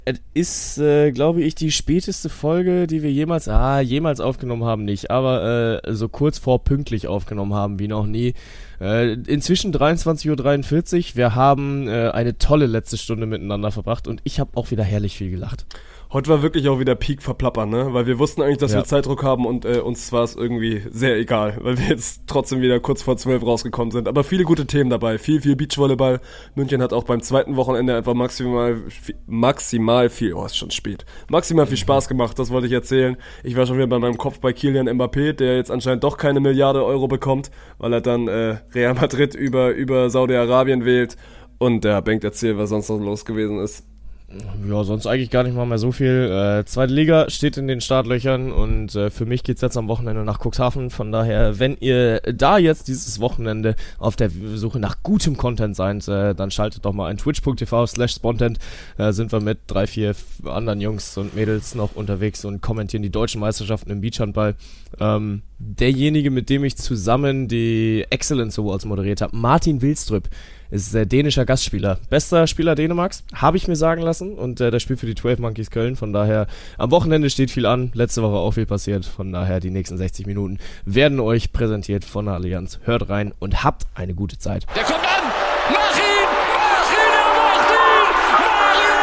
Es ist, glaube ich, die späteste Folge, die wir jemals aufgenommen haben, nicht, aber so kurz vor pünktlich aufgenommen haben, wie noch nie. Inzwischen 23:43 Uhr. Wir haben eine tolle letzte Stunde miteinander verbracht und ich habe auch wieder herrlich viel gelacht. Heute war wirklich auch wieder Peak verplappern, ne? Weil wir wussten eigentlich, dass wir Zeitdruck haben und uns war es irgendwie sehr egal, weil wir jetzt trotzdem wieder kurz vor 12 rausgekommen sind. Aber viele gute Themen dabei, viel Beachvolleyball. München hat auch beim zweiten Wochenende einfach maximal viel, ist schon spät, maximal viel Spaß gemacht, das wollte ich erzählen. Ich war schon wieder bei meinem Kopf bei Kylian Mbappé, der jetzt anscheinend doch keine Milliarde Euro bekommt, weil er dann Real Madrid über Saudi-Arabien wählt. Und der Bengt erzählt, was sonst noch los gewesen ist. Ja, sonst eigentlich gar nicht mal mehr so viel. Zweite Liga steht in den Startlöchern und für mich geht's jetzt am Wochenende nach Cuxhaven. Von daher, wenn ihr da jetzt dieses Wochenende auf der Suche nach gutem Content seid, dann schaltet doch mal ein twitch.tv/spontent. Sind wir mit 3-4 anderen Jungs und Mädels noch unterwegs und kommentieren die deutschen Meisterschaften im Beachhandball. Derjenige, mit dem ich zusammen die Excellence Awards moderiert habe, Martin Wilstrøp, ist dänischer Gastspieler. Bester Spieler Dänemarks, habe ich mir sagen lassen. Und der spielt für die 12 Monkeys Köln. Von daher, am Wochenende steht viel an. Letzte Woche auch viel passiert. Von daher, die nächsten 60 Minuten werden euch präsentiert von der Allianz. Hört rein und habt eine gute Zeit. Der kommt an! Mach ihn! Mach ihn! Er macht ihn! Mario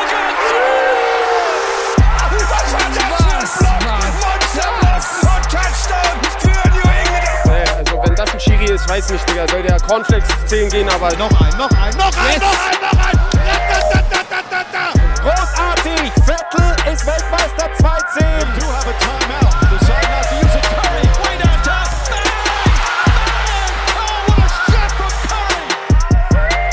Götze! Was war das? Monster! Und Touchdown für New England! Also wenn das ein Schiri ist, weiß nicht, Digga. Soll der Cornflakes 10 gehen, aber Noch ein! Großartig! Vettel ist Weltmeister 2-10! You have a timeout. Decide not to use it. Curry, way down top. Bang! Oh, what a shot from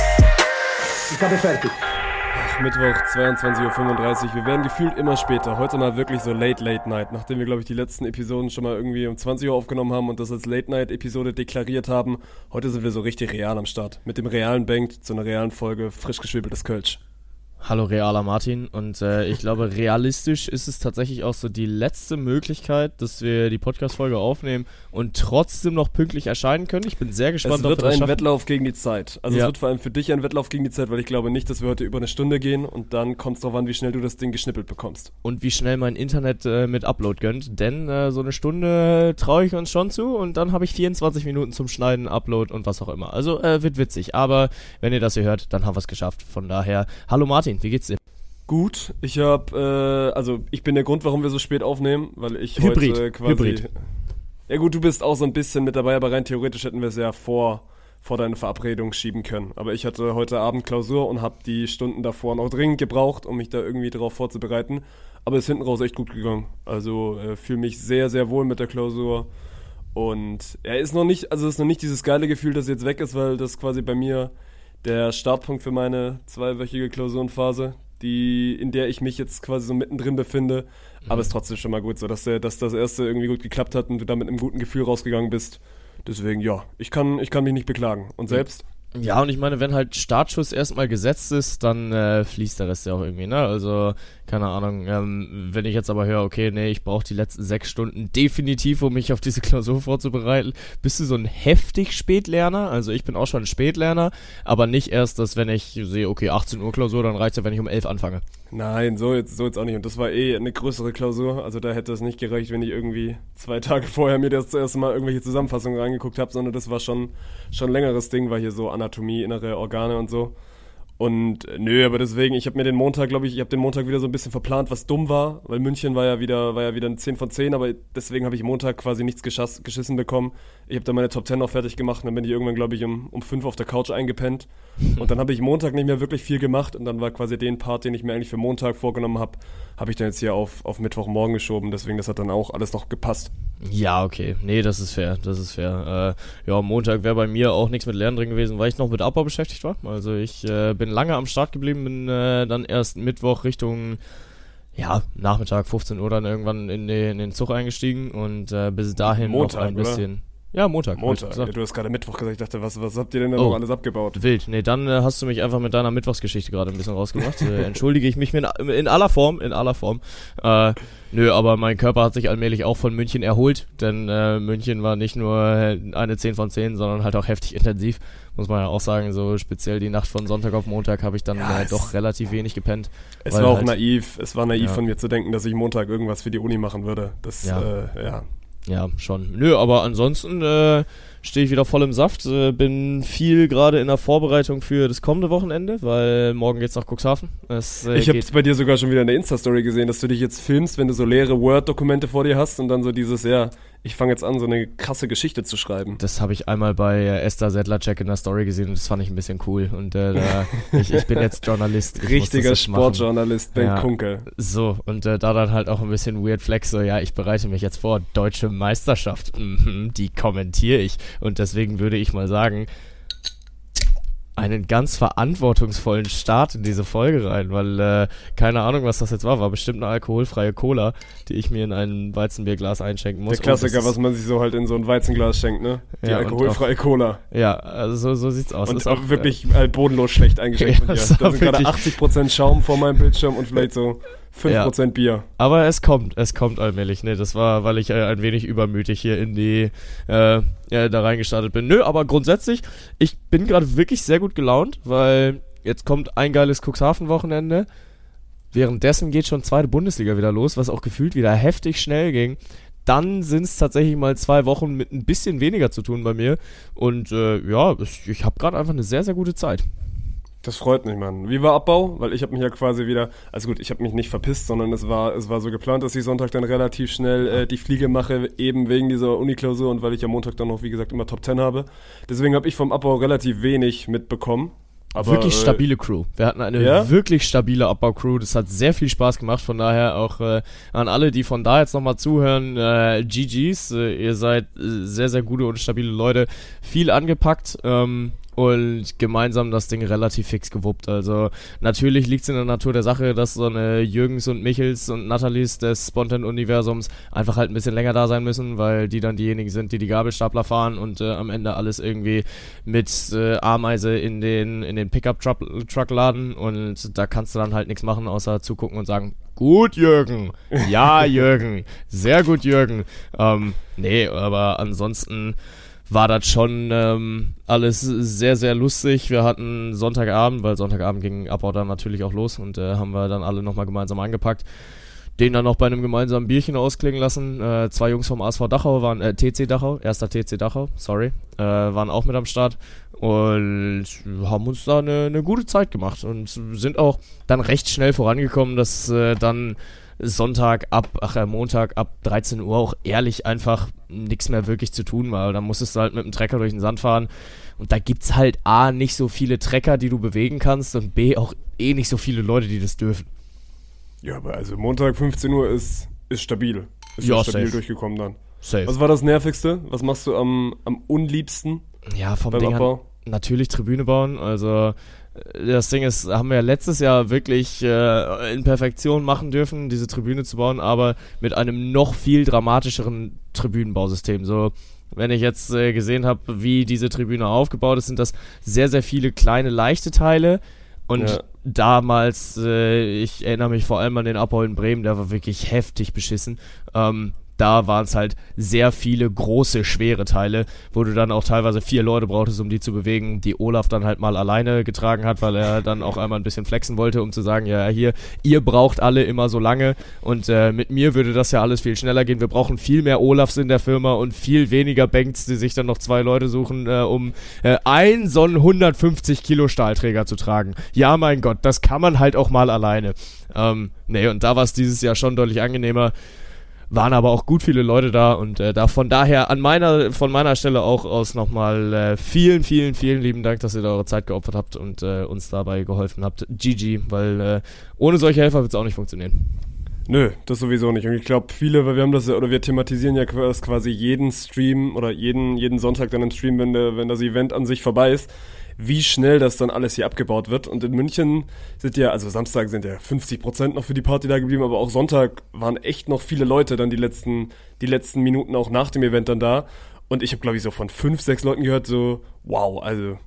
Curry! Ich habe fertig. Mittwoch, 22:35 Uhr. Wir werden gefühlt immer später. Heute mal wirklich so Late Night. Nachdem wir, glaube ich, die letzten Episoden schon mal irgendwie um 20 Uhr aufgenommen haben und das als Late Night Episode deklariert haben. Heute sind wir so richtig real am Start. Mit dem realen Bengt zu einer realen Folge frisch geschwebeltes Kölsch. Hallo realer Martin und ich glaube, realistisch ist es tatsächlich auch so die letzte Möglichkeit, dass wir die Podcast-Folge aufnehmen und trotzdem noch pünktlich erscheinen können. Ich bin sehr gespannt, ob wir das schaffen. Es wird ein Wettlauf gegen die Zeit. Also ja. Es wird vor allem für dich ein Wettlauf gegen die Zeit, weil ich glaube nicht, dass wir heute über eine Stunde gehen und dann kommt es darauf an, wie schnell du das Ding geschnippelt bekommst. Und wie schnell mein Internet mit Upload gönnt, denn so eine Stunde traue ich uns schon zu und dann habe ich 24 Minuten zum Schneiden, Upload und was auch immer. Also wird witzig, aber wenn ihr das hier hört, dann haben wir es geschafft. Von daher, hallo Martin, wie geht's dir? Gut, ich bin der Grund, warum wir so spät aufnehmen, weil ich heute quasi... Hybrid. Ja gut, du bist auch so ein bisschen mit dabei, aber rein theoretisch hätten wir es ja vor deine Verabredung schieben können. Aber ich hatte heute Abend Klausur und habe die Stunden davor noch dringend gebraucht, um mich da irgendwie drauf vorzubereiten. Aber ist hinten raus echt gut gegangen. Also fühle mich sehr, sehr wohl mit der Klausur. Und ist noch nicht dieses geile Gefühl, das jetzt weg ist, weil das quasi bei mir der Startpunkt für meine 2-wöchige Klausurenphase, in der ich mich jetzt quasi so mittendrin befinde. Aber es ist trotzdem schon mal gut, so dass das erste irgendwie gut geklappt hat und du da mit einem guten Gefühl rausgegangen bist. Deswegen, ja, ich kann mich nicht beklagen. Und selbst? Ja, und ich meine, wenn halt Startschuss erstmal gesetzt ist, dann fließt der Rest ja auch irgendwie, ne? Also, keine Ahnung, wenn ich jetzt aber höre, okay, nee, ich brauche die letzten 6 Stunden definitiv, um mich auf diese Klausur vorzubereiten. Bist du so ein heftig Spätlerner? Also ich bin auch schon ein Spätlerner, aber nicht erst, dass wenn ich sehe, okay, 18 Uhr Klausur, dann reicht's ja, wenn ich um 11 anfange. Nein, so jetzt auch nicht. Und das war eine größere Klausur. Also da hätte es nicht gereicht, wenn ich irgendwie 2 Tage vorher mir das erste Mal irgendwelche Zusammenfassungen reingeguckt habe, sondern das war schon ein längeres Ding, war hier so Anatomie, innere Organe und so. Und aber deswegen, ich habe den Montag wieder so ein bisschen verplant, was dumm war, weil München war ja wieder eine 10 von 10, aber deswegen habe ich Montag quasi nichts geschissen bekommen. Ich habe dann meine Top 10 noch fertig gemacht und dann bin ich irgendwann, glaube ich, um 5 auf der Couch eingepennt. Und dann habe ich Montag nicht mehr wirklich viel gemacht und dann war quasi den Part, den ich mir eigentlich für Montag vorgenommen habe ich dann jetzt hier auf Mittwochmorgen geschoben. Deswegen, das hat dann auch alles noch gepasst. Ja, okay. Nee, das ist fair. Montag wäre bei mir auch nichts mit Lernen drin gewesen, weil ich noch mit Abbau beschäftigt war. Also ich bin lange am Start geblieben, bin dann erst Mittwoch Richtung Nachmittag 15 Uhr dann irgendwann in den Zug eingestiegen und bis dahin Montag, noch ein bisschen... Oder? Ja, Montag. Ja, du hast gerade Mittwoch gesagt, ich dachte, was habt ihr denn da noch alles abgebaut? Wild. Nee, dann hast du mich einfach mit deiner Mittwochsgeschichte gerade ein bisschen rausgemacht. Entschuldige ich mich in aller Form. Aber mein Körper hat sich allmählich auch von München erholt, denn München war nicht nur eine 10 von 10, sondern halt auch heftig intensiv. muss man ja auch sagen, so speziell die Nacht von Sonntag auf Montag habe ich dann doch relativ wenig gepennt. Es war auch halt, naiv von mir zu denken, dass ich Montag irgendwas für die Uni machen würde. Ja, schon. Nö, aber ansonsten stehe ich wieder voll im Saft, bin viel gerade in der Vorbereitung für das kommende Wochenende, weil morgen geht's nach Cuxhaven. Ich habe es bei dir sogar schon wieder in der Insta-Story gesehen, dass du dich jetzt filmst, wenn du so leere Word-Dokumente vor dir hast und dann so dieses, ich fange jetzt an, so eine krasse Geschichte zu schreiben. Das habe ich einmal bei Esther Sedlacek in der Story gesehen und das fand ich ein bisschen cool. Und ich bin jetzt Journalist. Richtiger Sportjournalist, Ben Kunkel. So, und da dann halt auch ein bisschen weird flex, so, ich bereite mich jetzt vor, Deutsche Meisterschaft, die kommentiere ich. Und deswegen würde ich mal sagen, einen ganz verantwortungsvollen Start in diese Folge rein, weil keine Ahnung, was das jetzt war bestimmt eine alkoholfreie Cola, die ich mir in ein Weizenbierglas einschenken muss. Der Klassiker, was man sich so halt in so ein Weizenglas schenkt, ne? Die alkoholfreie Cola. Ja, also so sieht's aus. Und ist auch wirklich bodenlos schlecht eingeschenkt von dir. Da sind gerade 80% Schaum vor meinem Bildschirm und vielleicht so 5% Bier. Aber es kommt allmählich. Ne, das war, weil ich ein wenig übermütig hier in die da reingestartet bin. Nö, aber grundsätzlich, ich bin gerade wirklich sehr gut gelaunt, weil jetzt kommt ein geiles Cuxhaven-Wochenende. Währenddessen geht schon zweite Bundesliga wieder los, was auch gefühlt wieder heftig schnell ging. Dann sind es tatsächlich mal 2 Wochen mit ein bisschen weniger zu tun bei mir. Und ich habe gerade einfach eine sehr, sehr gute Zeit. Das freut mich, Mann. Wie war Abbau? Weil ich habe mich ja quasi wieder, also gut, ich habe mich nicht verpisst, sondern es war so geplant, dass ich Sonntag dann relativ schnell die Fliege mache, eben wegen dieser Uni-Klausur und weil ich am Montag dann noch, wie gesagt, immer Top 10 habe. Deswegen habe ich vom Abbau relativ wenig mitbekommen. Aber, wirklich stabile Crew. Wir hatten eine wirklich stabile Abbau-Crew. Das hat sehr viel Spaß gemacht. Von daher auch an alle, die von da jetzt nochmal zuhören, GGs. Ihr seid sehr, sehr gute und stabile Leute. Viel angepackt. Und gemeinsam das Ding relativ fix gewuppt. Also natürlich liegt es in der Natur der Sache, dass so eine Jürgens und Michels und Nathalies des Spontan-Universums einfach halt ein bisschen länger da sein müssen, weil die dann diejenigen sind, die Gabelstapler fahren und am Ende alles irgendwie mit Ameise in den Pickup-Truck laden und da kannst du dann halt nichts machen, außer zugucken und sagen, gut, Jürgen. Ja, Jürgen. Sehr gut, Jürgen. Nee, aber ansonsten war das schon alles sehr, sehr lustig. Wir hatten Sonntagabend, weil Sonntagabend ging Abbau dann natürlich auch los und haben wir dann alle nochmal gemeinsam angepackt. Den dann noch bei einem gemeinsamen Bierchen ausklingen lassen. 2 Jungs vom ASV Dachau waren, TC Dachau, erster TC Dachau, waren auch mit am Start und haben uns da eine gute Zeit gemacht und sind auch dann recht schnell vorangekommen, dass dann Montag ab 13 Uhr auch ehrlich einfach nichts mehr wirklich zu tun war. Da musstest du halt mit dem Trecker durch den Sand fahren und da gibt's halt A, nicht so viele Trecker, die du bewegen kannst und B, auch nicht so viele Leute, die das dürfen. Ja, aber also Montag 15 Uhr ist stabil. Ist ja, stabil safe. Durchgekommen dann. Safe. Was war das Nervigste? Was machst du am unliebsten? Ja, vom beim Ding Abbau? her natürlich Tribüne bauen, also das Ding ist, haben wir ja letztes Jahr wirklich in Perfektion machen dürfen, diese Tribüne zu bauen, aber mit einem noch viel dramatischeren Tribünenbausystem. So, wenn ich jetzt gesehen habe, wie diese Tribüne aufgebaut ist, sind das sehr, sehr viele kleine, leichte Teile. Und damals, ich erinnere mich vor allem an den Abbau in Bremen, der war wirklich heftig beschissen. Da waren es halt sehr viele große, schwere Teile, wo du dann auch teilweise 4 Leute brauchtest, um die zu bewegen, die Olaf dann halt mal alleine getragen hat, weil er dann auch einmal ein bisschen flexen wollte, um zu sagen, ja hier, ihr braucht alle immer so lange und mit mir würde das ja alles viel schneller gehen. Wir brauchen viel mehr Olafs in der Firma und viel weniger Banks, die sich dann noch 2 Leute suchen, um einen so einen 150 Kilo Stahlträger zu tragen. Ja, mein Gott, das kann man halt auch mal alleine. Nee, und da war es dieses Jahr schon deutlich angenehmer. Waren aber auch gut viele Leute da und von daher von meiner Stelle auch aus nochmal vielen, vielen, vielen lieben Dank, dass ihr da eure Zeit geopfert habt und uns dabei geholfen habt. GG, weil ohne solche Helfer wird es auch nicht funktionieren. Nö, das sowieso nicht. Und ich glaube, viele, weil wir thematisieren ja quasi jeden Stream oder jeden Sonntag dann im Stream, wenn das Event an sich vorbei ist, wie schnell das dann alles hier abgebaut wird. Und in München also Samstag sind ja 50% noch für die Party da geblieben, aber auch Sonntag waren echt noch viele Leute dann die letzten Minuten auch nach dem Event dann da. Und ich habe, glaube ich, so von 5, 6 Leuten gehört, so, wow, also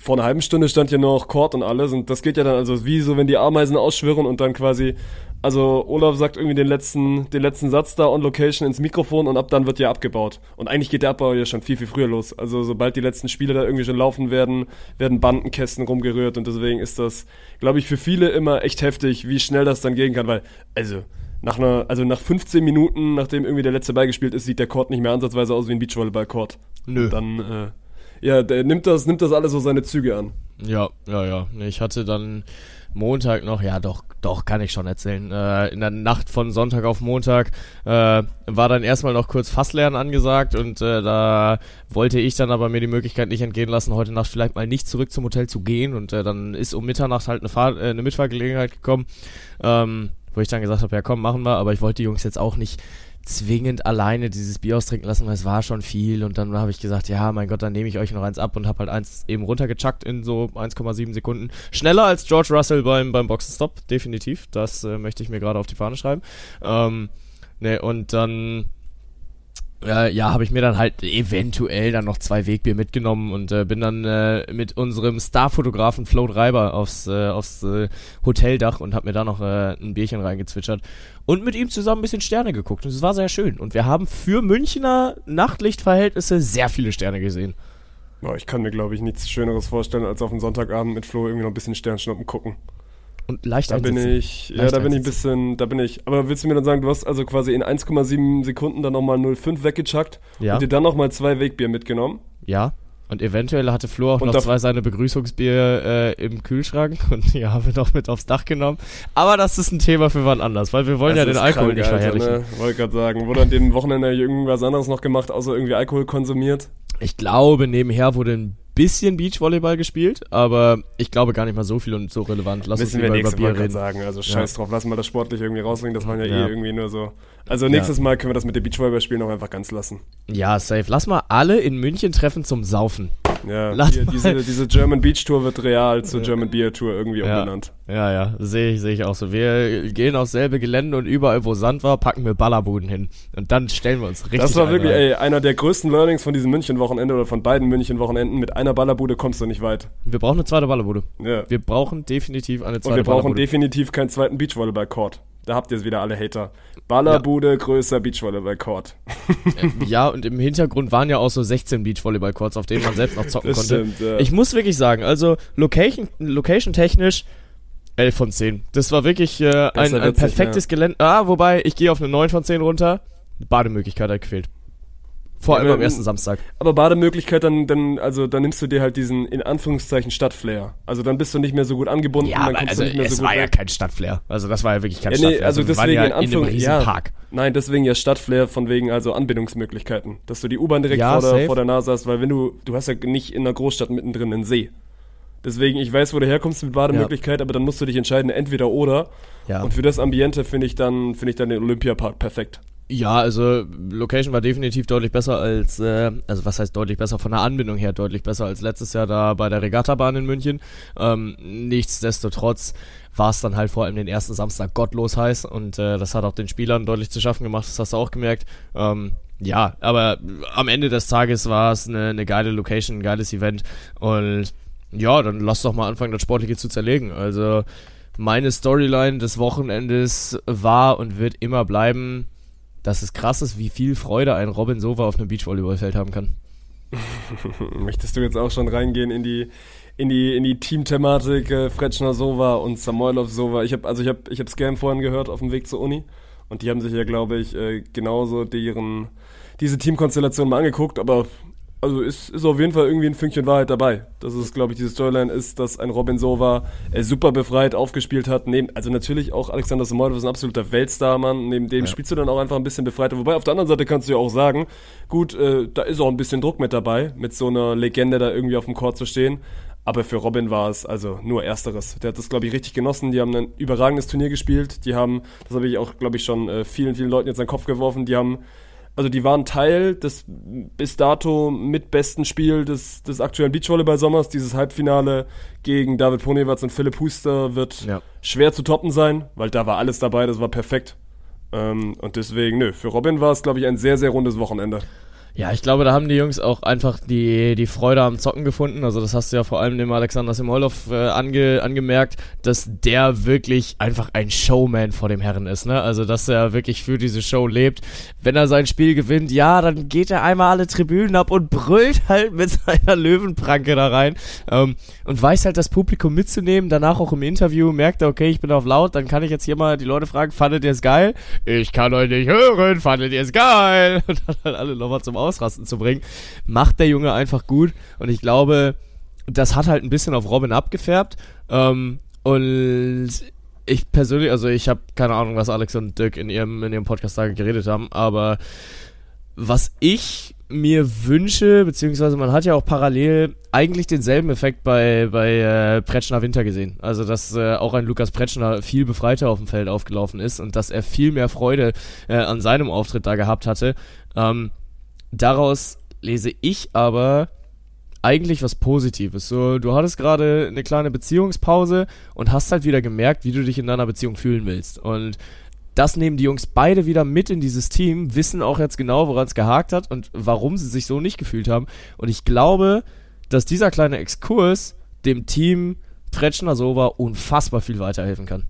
vor einer halben Stunde stand ja noch Court und alles und das geht ja dann also wie so, wenn die Ameisen ausschwirren und dann quasi, also Olaf sagt irgendwie den letzten Satz da on Location ins Mikrofon und ab dann wird ja abgebaut. Und eigentlich geht der Abbau ja schon viel, viel früher los. Also sobald die letzten Spiele da irgendwie schon laufen werden Bandenkästen rumgerührt und deswegen ist das, glaube ich, für viele immer echt heftig, wie schnell das dann gehen kann, weil, nach 15 Minuten, nachdem irgendwie der letzte Ball gespielt ist, sieht der Court nicht mehr ansatzweise aus wie ein Beachvolleyball-Court. Nö. Und dann, der nimmt das alles so seine Züge an. Ja. Ich hatte dann Montag noch, ja doch, kann ich schon erzählen. In der Nacht von Sonntag auf Montag war dann erstmal noch kurz Fasslernen angesagt und da wollte ich dann aber mir die Möglichkeit nicht entgehen lassen, heute Nacht vielleicht mal nicht zurück zum Hotel zu gehen und dann ist um Mitternacht halt eine Mitfahrgelegenheit gekommen, wo ich dann gesagt habe, ja komm, machen wir, aber ich wollte die Jungs jetzt auch nicht zwingend alleine dieses Bier austrinken lassen, weil es war schon viel und dann habe ich gesagt, ja mein Gott, dann nehme ich euch noch eins ab und habe halt eins eben runtergechuckt in so 1,7 Sekunden. Schneller als George Russell beim Boxenstopp, definitiv, das möchte ich mir gerade auf die Fahne schreiben. Und dann habe ich mir dann halt eventuell dann noch 2 Wegbier mitgenommen und bin dann mit unserem Starfotografen Flo Reiber aufs Hoteldach und hab mir da noch ein Bierchen reingezwitschert und mit ihm zusammen ein bisschen Sterne geguckt und es war sehr schön und wir haben für Münchner Nachtlichtverhältnisse sehr viele Sterne gesehen. Ja, ich kann mir, glaube ich, nichts Schöneres vorstellen, als auf einen Sonntagabend mit Flo irgendwie noch ein bisschen Sternschnuppen gucken. Und leicht aber willst du mir dann sagen, du hast also quasi in 1,7 Sekunden dann nochmal 0,5 weggechuckt und dir dann nochmal 2 Wegbier mitgenommen? Ja. Und eventuell hatte Flo auch noch 2 seine Begrüßungsbier im Kühlschrank und die haben wir noch mit aufs Dach genommen. Aber das ist ein Thema für wann anders, weil wir wollen ja den Alkohol nicht verherrlichen. Ne? Wollte gerade sagen, wurde an dem Wochenende irgendwas anderes noch gemacht, außer irgendwie Alkohol konsumiert? Ich glaube, nebenher wurde ein bisschen Beachvolleyball gespielt, aber ich glaube gar nicht mal so viel und so relevant. Lass uns lieber über Bier reden. Sagen. Also scheiß drauf, lass mal das sportlich irgendwie rausbringen, das waren ja irgendwie nur so. Also nächstes Mal können wir das mit dem Beachvolleyball-Spielen auch einfach ganz lassen. Ja, safe. Lass mal alle in München treffen zum Saufen. Ja, diese German Beach Tour wird real zur German Beer Tour irgendwie umbenannt. Ja, sehe ich auch so. Wir gehen aufs selbe Gelände und überall, wo Sand war, packen wir Ballerbuden hin. Und dann stellen wir uns richtig Das war wirklich, einer der größten Learnings von diesem München-Wochenende oder von beiden München-Wochenenden. Mit einer Ballerbude kommst du nicht weit. Wir brauchen eine zweite Ballerbude. Ja. Wir brauchen definitiv eine zweite Ballerbude. Und wir brauchen definitiv keinen zweiten Beachvolleyball-Court. Da habt ihr es wieder, alle Hater. Ballerbude, größer Beachvolleyball-Court. Ja, und im Hintergrund waren ja auch so 16 Beachvolleyball-Courts, auf denen man selbst noch zocken konnte. Stimmt, ja. Ich muss wirklich sagen, also Location-technisch 11 von 10. Das war wirklich ein perfektes Gelände. Wobei, ich gehe auf eine 9 von 10 runter. Bademöglichkeit hat gefehlt. Vor allem am ersten Samstag. Aber Bademöglichkeit, dann nimmst du dir halt diesen, in Anführungszeichen, Stadtflair. Also dann bist du nicht mehr so gut angebunden. Ja, dann aber kommst du nicht mehr es so gut war ja weg. kein Stadtflair. Also das war ja wirklich kein Stadtflair. Also deswegen wir waren in in einem Riesenpark. Nein, deswegen ja Stadtflair von wegen also Anbindungsmöglichkeiten. Dass du die U-Bahn direkt vor der Nase hast, weil wenn du hast ja nicht in einer Großstadt mittendrin einen See. Deswegen, ich weiß, wo du herkommst mit Bademöglichkeit, aber dann musst du dich entscheiden, entweder oder. Ja. Und für das Ambiente finde ich dann den Olympiapark perfekt. Ja, also Location war definitiv deutlich besser als, also was heißt deutlich besser, von der Anbindung her deutlich besser als letztes Jahr da bei der Regattabahn in München. Nichtsdestotrotz war es dann halt vor allem den ersten Samstag gottlos heiß und das hat auch den Spielern deutlich zu schaffen gemacht, das hast du auch gemerkt. Ja, aber am Ende des Tages war es eine geile Location, ein geiles Event und ja, dann lass doch mal anfangen, das Sportliche zu zerlegen. Also meine Storyline des Wochenendes war und wird immer bleiben, dass es krass ist, wie viel Freude ein Robin Sova auf einem Beachvolleyballfeld haben kann. Möchtest du jetzt auch schon reingehen in die Teamthematik Fretschner-Sova und Samoilov-Sova? Ich hab Scam vorhin gehört auf dem Weg zur Uni und die haben sich ja, glaube ich, genauso diese Teamkonstellation mal angeguckt, aber also ist auf jeden Fall irgendwie ein Fünkchen Wahrheit dabei. Das ist, glaube ich, diese Storyline ist, dass ein Robin Sova super befreit aufgespielt hat. Also natürlich auch Alexander Samoilov ist ein absoluter Weltstar-Mann. Neben dem spielst du dann auch einfach ein bisschen befreiter. Wobei auf der anderen Seite kannst du ja auch sagen, gut, da ist auch ein bisschen Druck mit dabei, mit so einer Legende da irgendwie auf dem Court zu stehen. Aber für Robin war es also nur Ersteres. Der hat das, glaube ich, richtig genossen. Die haben ein überragendes Turnier gespielt. Das habe ich auch, glaube ich, schon vielen, vielen Leuten jetzt an den Kopf geworfen. Die waren Teil des bis dato mit besten Spiel des aktuellen Beachvolleyball-Sommers. Dieses Halbfinale gegen David Ponewatz und Philipp Huster wird schwer zu toppen sein, weil da war alles dabei, das war perfekt. Und deswegen, für Robin war es, glaube ich, ein sehr, sehr rundes Wochenende. Ja, ich glaube, da haben die Jungs auch einfach die Freude am Zocken gefunden. Also das hast du ja vor allem dem Alexander Samoilov angemerkt, dass der wirklich einfach ein Showman vor dem Herren ist, ne? Also dass er wirklich für diese Show lebt. Wenn er sein Spiel gewinnt, ja, dann geht er einmal alle Tribünen ab und brüllt halt mit seiner Löwenpranke da rein und weiß halt das Publikum mitzunehmen. Danach auch im Interview merkt er, okay, ich bin auf laut, dann kann ich jetzt hier mal die Leute fragen, fandet ihr es geil? Ich kann euch nicht hören, fandet ihr es geil? Und dann halt alle nochmal zum Ausrasten zu bringen, macht der Junge einfach gut und ich glaube, das hat halt ein bisschen auf Robin abgefärbt und ich persönlich, also ich habe keine Ahnung, was Alex und Dirk in ihrem Podcast da geredet haben, aber was ich mir wünsche, beziehungsweise man hat ja auch parallel eigentlich denselben Effekt bei Pretschner Winter gesehen. Also, dass auch ein Lukas Pretschner viel befreiter auf dem Feld aufgelaufen ist und dass er viel mehr Freude an seinem Auftritt da gehabt hatte. Daraus lese ich aber eigentlich was Positives. So, du hattest gerade eine kleine Beziehungspause und hast halt wieder gemerkt, wie du dich in deiner Beziehung fühlen willst. Und das nehmen die Jungs beide wieder mit in dieses Team, wissen auch jetzt genau, woran es gehakt hat und warum sie sich so nicht gefühlt haben. Und ich glaube, dass dieser kleine Exkurs dem Team Pretschner Sova unfassbar viel weiterhelfen kann.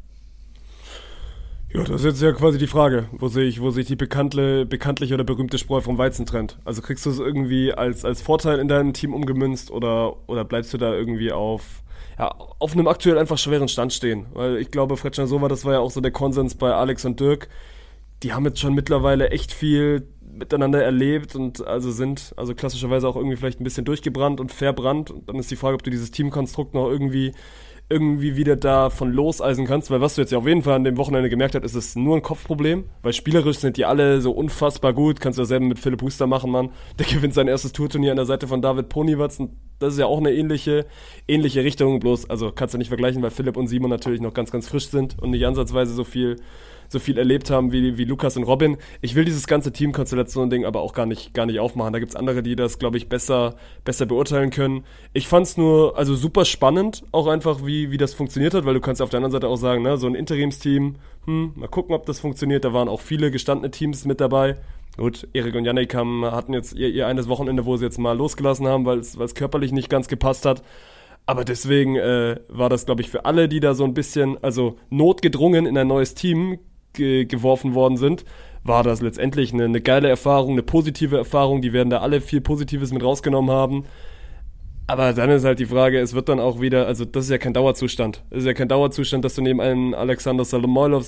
Ja, das ist jetzt ja quasi die Frage, wo sich die bekanntliche oder berühmte Spreu vom Weizen trennt. Also kriegst du es irgendwie als Vorteil in deinem Team umgemünzt oder bleibst du da irgendwie auf einem aktuell einfach schweren Stand stehen? Weil ich glaube, Pretschner Sova, das war ja auch so der Konsens bei Alex und Dirk, die haben jetzt schon mittlerweile echt viel miteinander erlebt und sind klassischerweise auch irgendwie vielleicht ein bisschen durchgebrannt und verbrannt. Und dann ist die Frage, ob du dieses Teamkonstrukt noch irgendwie wieder davon loseisen kannst, weil was du jetzt ja auf jeden Fall an dem Wochenende gemerkt hast, ist es nur ein Kopfproblem, weil spielerisch sind die alle so unfassbar gut, kannst du ja selber mit Philipp Huster machen, Mann, der gewinnt sein erstes Tourturnier an der Seite von David Poniewatz und das ist ja auch eine ähnliche Richtung, bloß, also kannst du nicht vergleichen, weil Philipp und Simon natürlich noch ganz, ganz frisch sind und nicht ansatzweise so viel erlebt haben wie Lukas und Robin. Ich will dieses ganze Teamkonstellation-Ding aber auch gar nicht aufmachen. Da gibt's andere, die das, glaube ich, besser beurteilen können. Ich fand's nur, also super spannend, auch einfach, wie das funktioniert hat, weil du kannst auf der anderen Seite auch sagen, ne, so ein Interimsteam, mal gucken, ob das funktioniert. Da waren auch viele gestandene Teams mit dabei. Gut, Erik und Yannick hatten jetzt ihr eines Wochenende, wo sie jetzt mal losgelassen haben, weil es körperlich nicht ganz gepasst hat. Aber deswegen war das, glaube ich, für alle, die da so ein bisschen, also notgedrungen in ein neues Team geworfen worden sind, war das letztendlich eine geile Erfahrung, eine positive Erfahrung. Die werden da alle viel Positives mit rausgenommen haben. Aber dann ist halt die Frage, es wird dann auch wieder, also das ist ja kein Dauerzustand. Es ist ja kein Dauerzustand, dass du neben einem Alexander Samoilov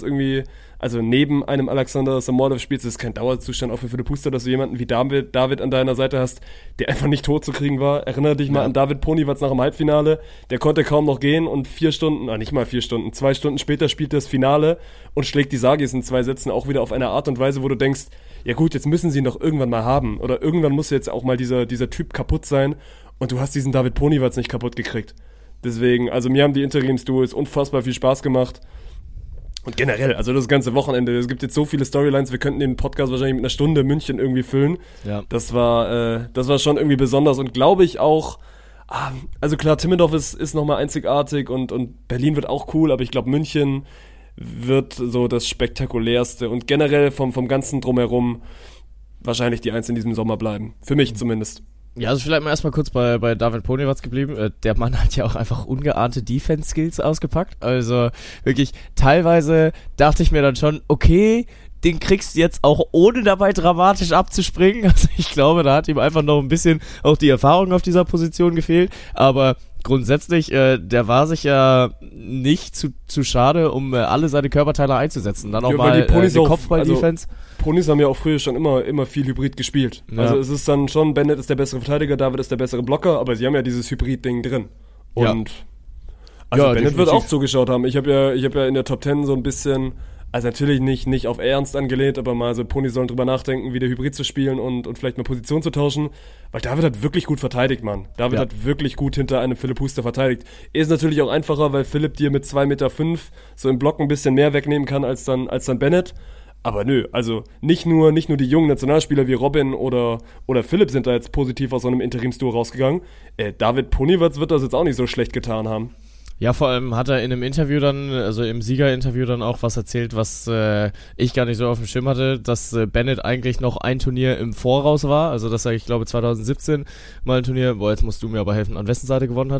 spielst. Das ist kein Dauerzustand, auch für Philipp Huster, dass du jemanden wie David an deiner Seite hast, der einfach nicht tot zu kriegen war. Erinnere dich mal an David Poniewatz nach dem Halbfinale. Der konnte kaum noch gehen und 2 Stunden später spielt er das Finale und schlägt die Sagis in 2 Sätzen auch wieder auf eine Art und Weise, wo du denkst, ja gut, jetzt müssen sie ihn doch irgendwann mal haben. Oder irgendwann muss jetzt auch mal dieser Typ kaputt sein. Und du hast diesen David Poniewatz nicht kaputt gekriegt. Deswegen, also mir haben die Interimsduels unfassbar viel Spaß gemacht. Und generell, also das ganze Wochenende, es gibt jetzt so viele Storylines, wir könnten den Podcast wahrscheinlich mit einer Stunde München irgendwie füllen. Ja. Das war schon irgendwie besonders und glaube ich auch, also klar, Timmendorf ist nochmal einzigartig und Berlin wird auch cool, aber ich glaube München wird so das Spektakulärste und generell vom ganzen Drumherum wahrscheinlich die Eins in diesem Sommer bleiben. Für mich zumindest. Ja, also vielleicht mal erstmal kurz bei David Poniewatz geblieben. Der Mann hat ja auch einfach ungeahnte Defense-Skills ausgepackt. Also wirklich, teilweise dachte ich mir dann schon, okay, den kriegst du jetzt auch ohne dabei dramatisch abzuspringen. Also ich glaube, da hat ihm einfach noch ein bisschen auch die Erfahrung auf dieser Position gefehlt. Aber grundsätzlich, der war sich ja nicht zu schade, um alle seine Körperteile einzusetzen. Dann auch ja, mal eine Kopfball-Defense. Ponis haben ja auch früher schon immer viel Hybrid gespielt. Ja. Also es ist dann schon, Bennett ist der bessere Verteidiger, David ist der bessere Blocker, aber sie haben ja dieses Hybrid-Ding drin. Und Bennett definitiv. Wird auch zugeschaut haben. Ich hab ja in der Top 10 so ein bisschen, also natürlich nicht auf Ernst angelehnt, aber mal so Ponis sollen drüber nachdenken, wieder Hybrid zu spielen und vielleicht mal Position zu tauschen, weil David hat wirklich gut verteidigt, Mann. David hat wirklich gut hinter einem Philipp Huster verteidigt. Ist natürlich auch einfacher, weil Philipp dir mit 2,5 Meter so im Block ein bisschen mehr wegnehmen kann als dann Bennett. Aber nö, also nicht nur die jungen Nationalspieler wie Robin oder Philipp sind da jetzt positiv aus so einem Interimsduo rausgegangen. David Poniewatz wird das jetzt auch nicht so schlecht getan haben. Ja, vor allem hat er in einem Interview dann, also im Siegerinterview dann auch was erzählt, was ich gar nicht so auf dem Schirm hatte, dass Bennett eigentlich noch ein Turnier im Voraus war, also dass er, ich glaube 2017 mal ein Turnier, jetzt musst du mir aber helfen, an wessen Seite gewonnen hat?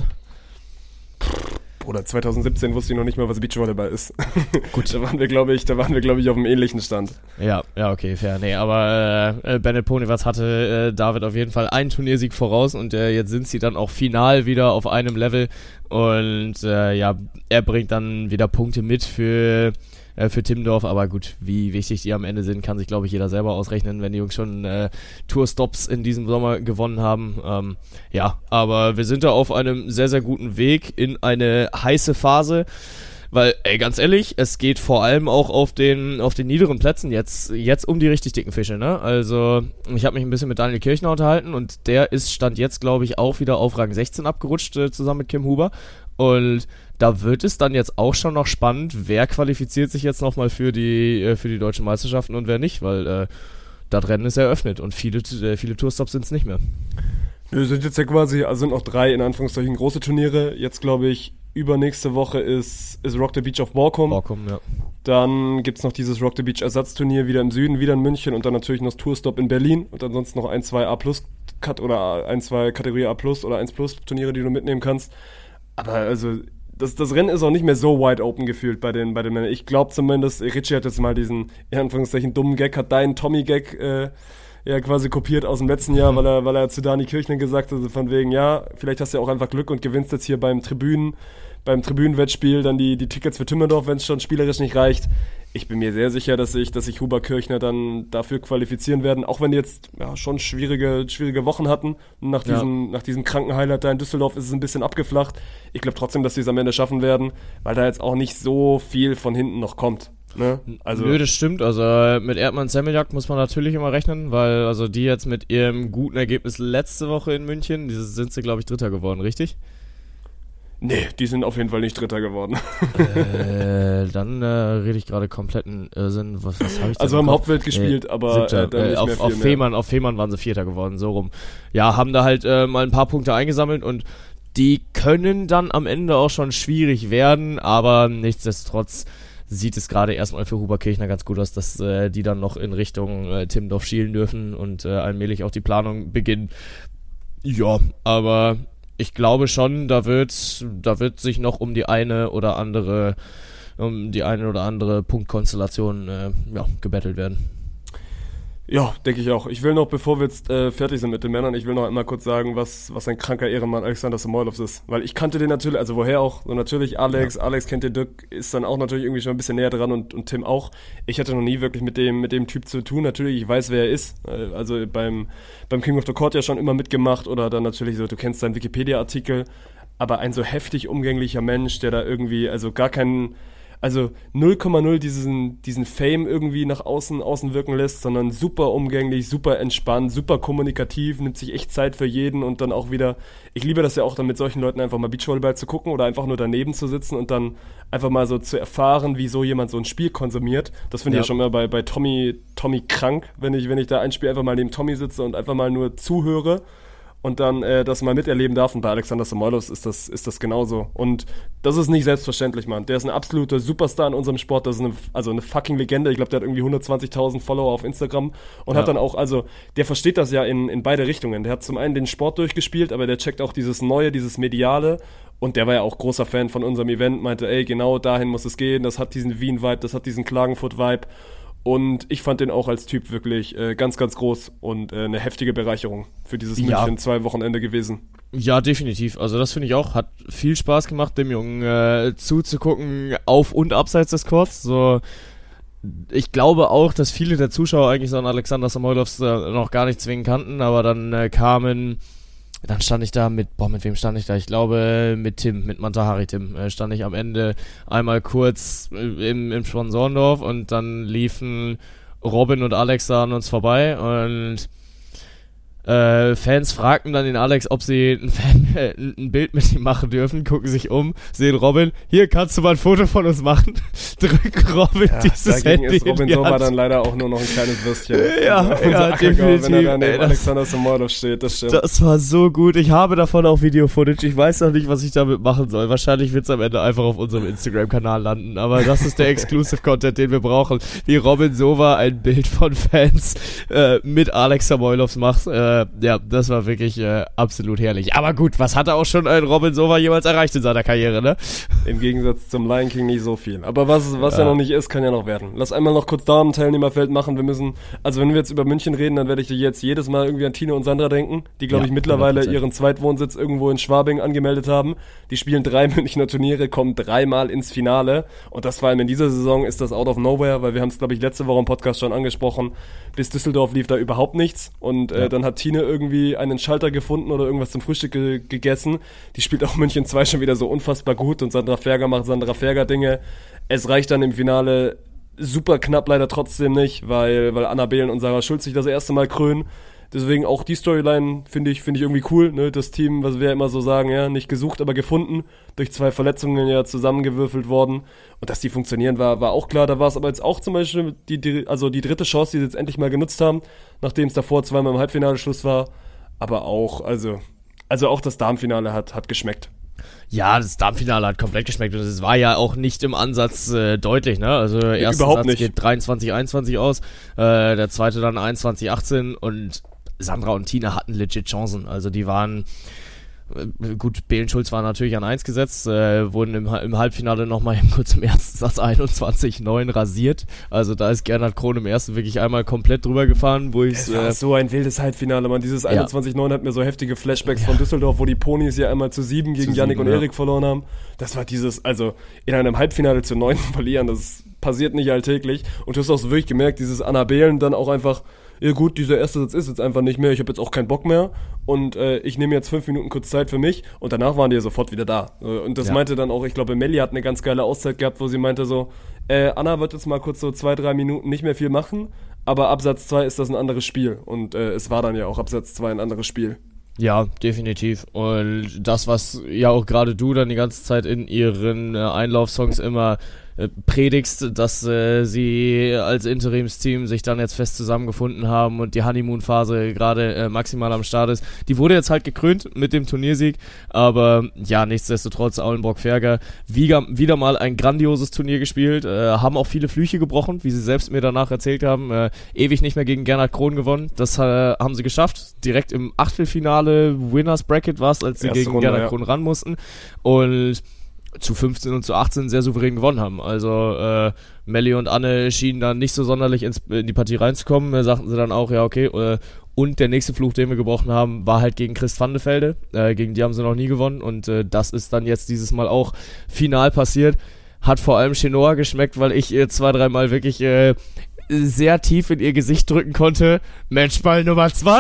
Oder 2017 wusste ich noch nicht mal, was Beachvolleyball ist. Gut. Da waren wir, glaube ich, auf einem ähnlichen Stand. Ja, okay, fair. Nee, aber Bennett Ponywatz hatte David auf jeden Fall einen Turniersieg voraus und jetzt sind sie dann auch final wieder auf einem Level und er bringt dann wieder Punkte mit für Timmendorf, aber gut, wie wichtig die am Ende sind, kann sich, glaube ich, jeder selber ausrechnen, wenn die Jungs schon Tourstops in diesem Sommer gewonnen haben. Aber wir sind da auf einem sehr, sehr guten Weg in eine heiße Phase, weil, ganz ehrlich, es geht vor allem auch auf den niederen Plätzen jetzt um die richtig dicken Fische, ne? Also, ich habe mich ein bisschen mit Daniel Kirchner unterhalten und der Stand jetzt, glaube ich, auch wieder auf Rang 16 abgerutscht, zusammen mit Kim Huber. Und da wird es dann jetzt auch schon noch spannend, wer qualifiziert sich jetzt nochmal für die deutschen Meisterschaften und wer nicht, weil das Rennen ist eröffnet und viele Tourstops sind es nicht mehr. Wir sind jetzt ja quasi, also sind noch 3 in Anführungszeichen große Turniere. Jetzt glaube ich, übernächste Woche ist Rock the Beach auf Borkum. Ja. Dann gibt es noch dieses Rock the Beach Ersatzturnier wieder im Süden, wieder in München und dann natürlich noch das Tourstop in Berlin und ansonsten noch 1, 2 A+ oder 1, 2 Kategorie A+ oder 1+ Turniere, die du mitnehmen kannst. Aber also, das Rennen ist auch nicht mehr so wide open gefühlt bei den Männern. Ich glaube zumindest, Richie hat jetzt mal diesen, in Anführungszeichen, dummen Gag, hat deinen Tommy-Gag quasi kopiert aus dem letzten Jahr, weil er zu Dani Kirchner gesagt hat, also von wegen, ja, vielleicht hast du ja auch einfach Glück und gewinnst jetzt hier beim Tribünenwettspiel dann die Tickets für Timmendorf, wenn es schon spielerisch nicht reicht. Ich bin mir sehr sicher, dass sich Huber Kirchner dann dafür qualifizieren werden, auch wenn die jetzt schon schwierige Wochen hatten. Nach diesem kranken Highlight da in Düsseldorf ist es ein bisschen abgeflacht. Ich glaube trotzdem, dass sie es am Ende schaffen werden, weil da jetzt auch nicht so viel von hinten noch kommt. Ne? Also, nö, das stimmt. Also mit Erdmann-Semmeljak muss man natürlich immer rechnen, weil also die jetzt mit ihrem guten Ergebnis letzte Woche in München, sind sie, glaube ich, Dritter geworden, richtig? Nee, die sind auf jeden Fall nicht Dritter geworden. Dann rede ich gerade kompletten Irrsinn. Was habe ich denn? Also haben Hauptfeld gespielt, aber dann nicht mehr viel mehr. Auf Fehmarn waren sie Vierter geworden, so rum. Ja, haben da halt mal ein paar Punkte eingesammelt und die können dann am Ende auch schon schwierig werden, aber nichtsdestotrotz sieht es gerade erstmal für Huber Kirchner ganz gut aus, dass die dann noch in Richtung Timmendorf schielen dürfen und allmählich auch die Planung beginnt. Ja, aber ich glaube schon, da wird sich noch um die eine oder andere Punktkonstellation gebettelt werden. Ja, denke ich auch. Ich will noch, bevor wir jetzt fertig sind mit den Männern, ich will noch einmal kurz sagen, was ein kranker Ehrenmann Alexander Samoilov ist. Weil ich kannte den natürlich, also woher auch, so natürlich Alex kennt den Dirk, ist dann auch natürlich irgendwie schon ein bisschen näher dran und Tim auch. Ich hatte noch nie wirklich mit dem Typ zu tun, natürlich, ich weiß, wer er ist. Also beim King of the Court ja schon immer mitgemacht oder dann natürlich so, du kennst seinen Wikipedia-Artikel, aber ein so heftig umgänglicher Mensch, der da irgendwie, also gar keinen, also 0,0 diesen Fame irgendwie nach außen wirken lässt, sondern super umgänglich, super entspannt, super kommunikativ, nimmt sich echt Zeit für jeden und dann auch wieder, ich liebe das ja auch dann mit solchen Leuten einfach mal Beachvolleyball zu gucken oder einfach nur daneben zu sitzen und dann einfach mal so zu erfahren, wie so jemand so ein Spiel konsumiert. Das finde ich ja schon mal bei Tommy krank, wenn ich da ein Spiel einfach mal neben Tommy sitze und einfach mal nur zuhöre und dann das mal miterleben darf. Und bei Alexander Samoilov ist das genauso. Und das ist nicht selbstverständlich, Mann. Der ist ein absoluter Superstar in unserem Sport. Das ist eine fucking Legende. Ich glaube, der hat irgendwie 120.000 Follower auf Instagram und hat dann auch, also der versteht das ja in beide Richtungen. Der hat zum einen den Sport durchgespielt, aber der checkt auch dieses Neue, dieses Mediale. Und der war ja auch großer Fan von unserem Event, meinte, ey, genau dahin muss es gehen. Das hat diesen Wien-Vibe, das hat diesen Klagenfurt-Vibe. Und ich fand den auch als Typ wirklich ganz, ganz groß und eine heftige Bereicherung für dieses München 2-Wochenende gewesen. Ja, definitiv. Also das finde ich auch. Hat viel Spaß gemacht, dem Jungen zuzugucken, auf und abseits des Courts. So, ich glaube auch, dass viele der Zuschauer eigentlich so an Alexander Samoilovs noch gar nicht zwingen kannten, aber dann dann stand ich da mit wem stand ich da? Ich glaube mit Mantahari Tim stand ich am Ende einmal kurz im Sponsorendorf und dann liefen Robin und Alex da an uns vorbei und Fans fragten dann den Alex, ob sie ein Bild mit ihm machen dürfen, gucken sich um, sehen Robin, hier kannst du mal ein Foto von uns machen, drück Robin dieses Handy ist Robin Sova dann leider auch nur noch ein kleines Würstchen. Definitiv. Wenn er da neben Alexander Samardov steht, das stimmt. Das war so gut, ich habe davon auch Video-Footage, ich weiß noch nicht, was ich damit machen soll, wahrscheinlich wird es am Ende einfach auf unserem Instagram-Kanal landen, aber das ist der Exclusive-Content, den wir brauchen, wie Robin Sova ein Bild von Fans mit Alex Samoilovs macht. Das war wirklich absolut herrlich. Aber gut, was hat er auch schon ein Robin Sova jemals erreicht in seiner Karriere, ne? Im Gegensatz zum Lion King nicht so viel. Aber was ja noch nicht ist, kann ja noch werden. Lass einmal noch kurz Damen-Teilnehmerfeld machen. Wenn wir jetzt über München reden, dann werde ich jetzt jedes Mal irgendwie an Tine und Sandra denken, die, glaube ich, mittlerweile 100%. Ihren Zweitwohnsitz irgendwo in Schwabing angemeldet haben. Die spielen 3 Münchner Turniere, kommen 3-mal ins Finale. Und das vor allem in dieser Saison ist das out of nowhere, weil wir haben es, glaube ich, letzte Woche im Podcast schon angesprochen. Bis Düsseldorf lief da überhaupt nichts. Und dann hat Tine irgendwie einen Schalter gefunden oder irgendwas zum Frühstück gegessen. Die spielt auch München 2 schon wieder so unfassbar gut und Sandra Ferger macht Sandra Ferger Dinge. Es reicht dann im Finale super knapp leider trotzdem nicht, weil Anna Behlen und Sarah Schulz sich das erste Mal krönen. Deswegen auch die Storyline finde ich irgendwie cool, ne? Das Team, was wir immer so sagen, ja, nicht gesucht, aber gefunden, durch 2 Verletzungen ja zusammengewürfelt worden. Und dass die funktionieren, war auch klar. Da war es aber jetzt auch zum Beispiel die dritte Chance, die sie jetzt endlich mal genutzt haben, nachdem es davor 2-mal im Halbfinale Schluss war. Aber auch, also auch das Darmfinale hat geschmeckt. Ja, das Darmfinale hat komplett geschmeckt und es war ja auch nicht im Ansatz deutlich, ne? Also der erste Satz geht 23-21 aus, der zweite dann 21-18 und Sandra und Tina hatten legit Chancen. Also die waren, gut, Behlen-Schulz war natürlich an 1 gesetzt, wurden im Halbfinale nochmal kurz im ersten Satz 21-9 rasiert. Also da ist Gernot Krohn im ersten wirklich einmal komplett drüber gefahren, wo ich... Es war so ein wildes Halbfinale, man. Dieses 21-9 hat mir so heftige Flashbacks von Düsseldorf, wo die Ponys ja einmal zu 7 gegen Yannick und Erik verloren haben. Das war also in einem Halbfinale zu 9 verlieren, das passiert nicht alltäglich. Und du hast auch so wirklich gemerkt, dieses Anna Behlen dann auch einfach... Ja gut, dieser erste Satz ist jetzt einfach nicht mehr, ich habe jetzt auch keinen Bock mehr und ich nehme jetzt 5 Minuten kurz Zeit für mich und danach waren die ja sofort wieder da. Und das meinte dann auch, ich glaube, Melli hat eine ganz geile Auszeit gehabt, wo sie meinte so, Anna wird jetzt mal kurz so 2-3 Minuten nicht mehr viel machen, aber ab Satz 2 ist das ein anderes Spiel und es war dann ja auch ab Satz 2 ein anderes Spiel. Ja, definitiv. Und das, was ja auch gerade du dann die ganze Zeit in ihren Einlaufsongs immer predigst, dass sie als Interimsteam sich dann jetzt fest zusammengefunden haben und die Honeymoon-Phase gerade maximal am Start ist. Die wurde jetzt halt gekrönt mit dem Turniersieg, aber ja, nichtsdestotrotz Aulenbrock-Ferger wieder mal ein grandioses Turnier gespielt, haben auch viele Flüche gebrochen, wie sie selbst mir danach erzählt haben, ewig nicht mehr gegen Gernot Krohn gewonnen. Das haben sie geschafft, direkt im Achtelfinale Winners Bracket war es, als sie gegen Gernot Krohn ran mussten und zu 15 und zu 18 sehr souverän gewonnen haben. Also Melli und Anne schienen dann nicht so sonderlich in die Partie reinzukommen. Sagten sie dann auch, ja okay. Und der nächste Fluch, den wir gebrochen haben, war halt gegen Chris van de Velde. Gegen die haben sie noch nie gewonnen. Und das ist dann jetzt dieses Mal auch final passiert. Hat vor allem Chenoa geschmeckt, weil ich 2-3 Mal wirklich sehr tief in ihr Gesicht drücken konnte. Matchball Nummer 2.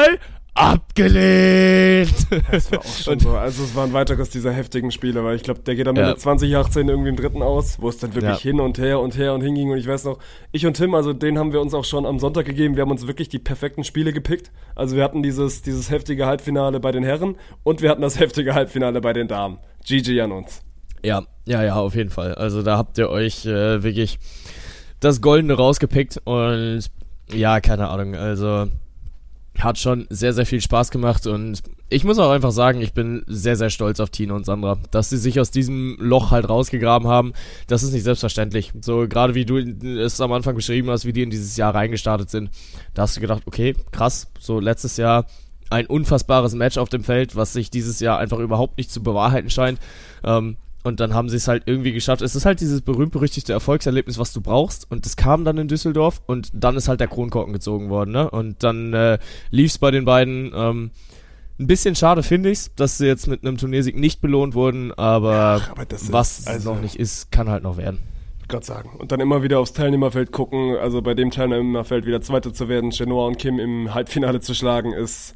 Abgelehnt! Das war auch schon so. Also es war ein weiteres dieser heftigen Spiele, weil ich glaube, der geht am Ende 2018 irgendwie im dritten aus, wo es dann wirklich hin und her und hinging und ich weiß noch, ich und Tim, also den haben wir uns auch schon am Sonntag gegeben, wir haben uns wirklich die perfekten Spiele gepickt. Also wir hatten dieses heftige Halbfinale bei den Herren und wir hatten das heftige Halbfinale bei den Damen. GG an uns. Ja, auf jeden Fall. Also da habt ihr euch wirklich das Goldene rausgepickt und ja, keine Ahnung, also hat schon sehr, sehr viel Spaß gemacht und ich muss auch einfach sagen, ich bin sehr, sehr stolz auf Tine und Sandra, dass sie sich aus diesem Loch halt rausgegraben haben. Das ist nicht selbstverständlich. So gerade wie du es am Anfang beschrieben hast, wie die in dieses Jahr reingestartet sind, da hast du gedacht, okay, krass, so letztes Jahr ein unfassbares Match auf dem Feld, was sich dieses Jahr einfach überhaupt nicht zu bewahrheiten scheint. Und dann haben sie es halt irgendwie geschafft. Es ist halt dieses berühmt-berüchtigte Erfolgserlebnis, was du brauchst. Und das kam dann in Düsseldorf und dann ist halt der Kronkorken gezogen worden, ne? Und dann lief es bei den beiden. Ein bisschen schade finde ich's, dass sie jetzt mit einem Turniersieg nicht belohnt wurden, aber was also noch nicht ist, kann halt noch werden. Gott sagen. Und dann immer wieder aufs Teilnehmerfeld gucken, also bei dem Teilnehmerfeld wieder Zweiter zu werden, Chenoa und Kim im Halbfinale zu schlagen, ist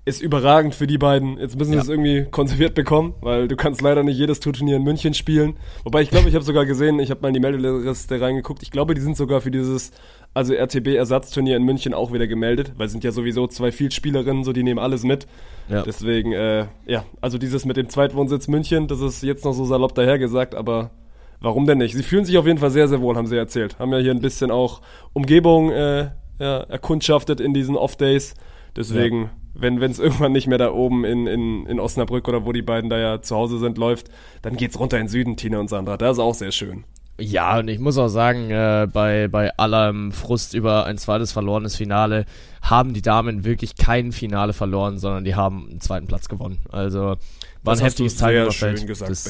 ist überragend für die beiden. Jetzt müssen sie es irgendwie konserviert bekommen, weil du kannst leider nicht jedes Tourturnier in München spielen. Wobei ich glaube, ich habe sogar gesehen, ich habe mal in die Meldeliste reingeguckt, ich glaube, die sind sogar für dieses RTB-Ersatzturnier in München auch wieder gemeldet, weil es sind ja sowieso 2 Vielspielerinnen, so die nehmen alles mit. Ja. Deswegen, also dieses mit dem Zweitwohnsitz München, das ist jetzt noch so salopp dahergesagt, aber warum denn nicht? Sie fühlen sich auf jeden Fall sehr, sehr wohl, haben sie erzählt. Haben ja hier ein bisschen auch Umgebung erkundschaftet in diesen Off-Days. Deswegen, wenn es irgendwann nicht mehr da oben in Osnabrück oder wo die beiden da ja zu Hause sind, läuft, dann geht's runter in den Süden, Tina und Sandra. Das ist auch sehr schön. Ja, und ich muss auch sagen, bei allem Frust über ein zweites verlorenes Finale haben die Damen wirklich kein Finale verloren, sondern die haben einen zweiten Platz gewonnen. Also war ein heftiges Teilnehmerfeld.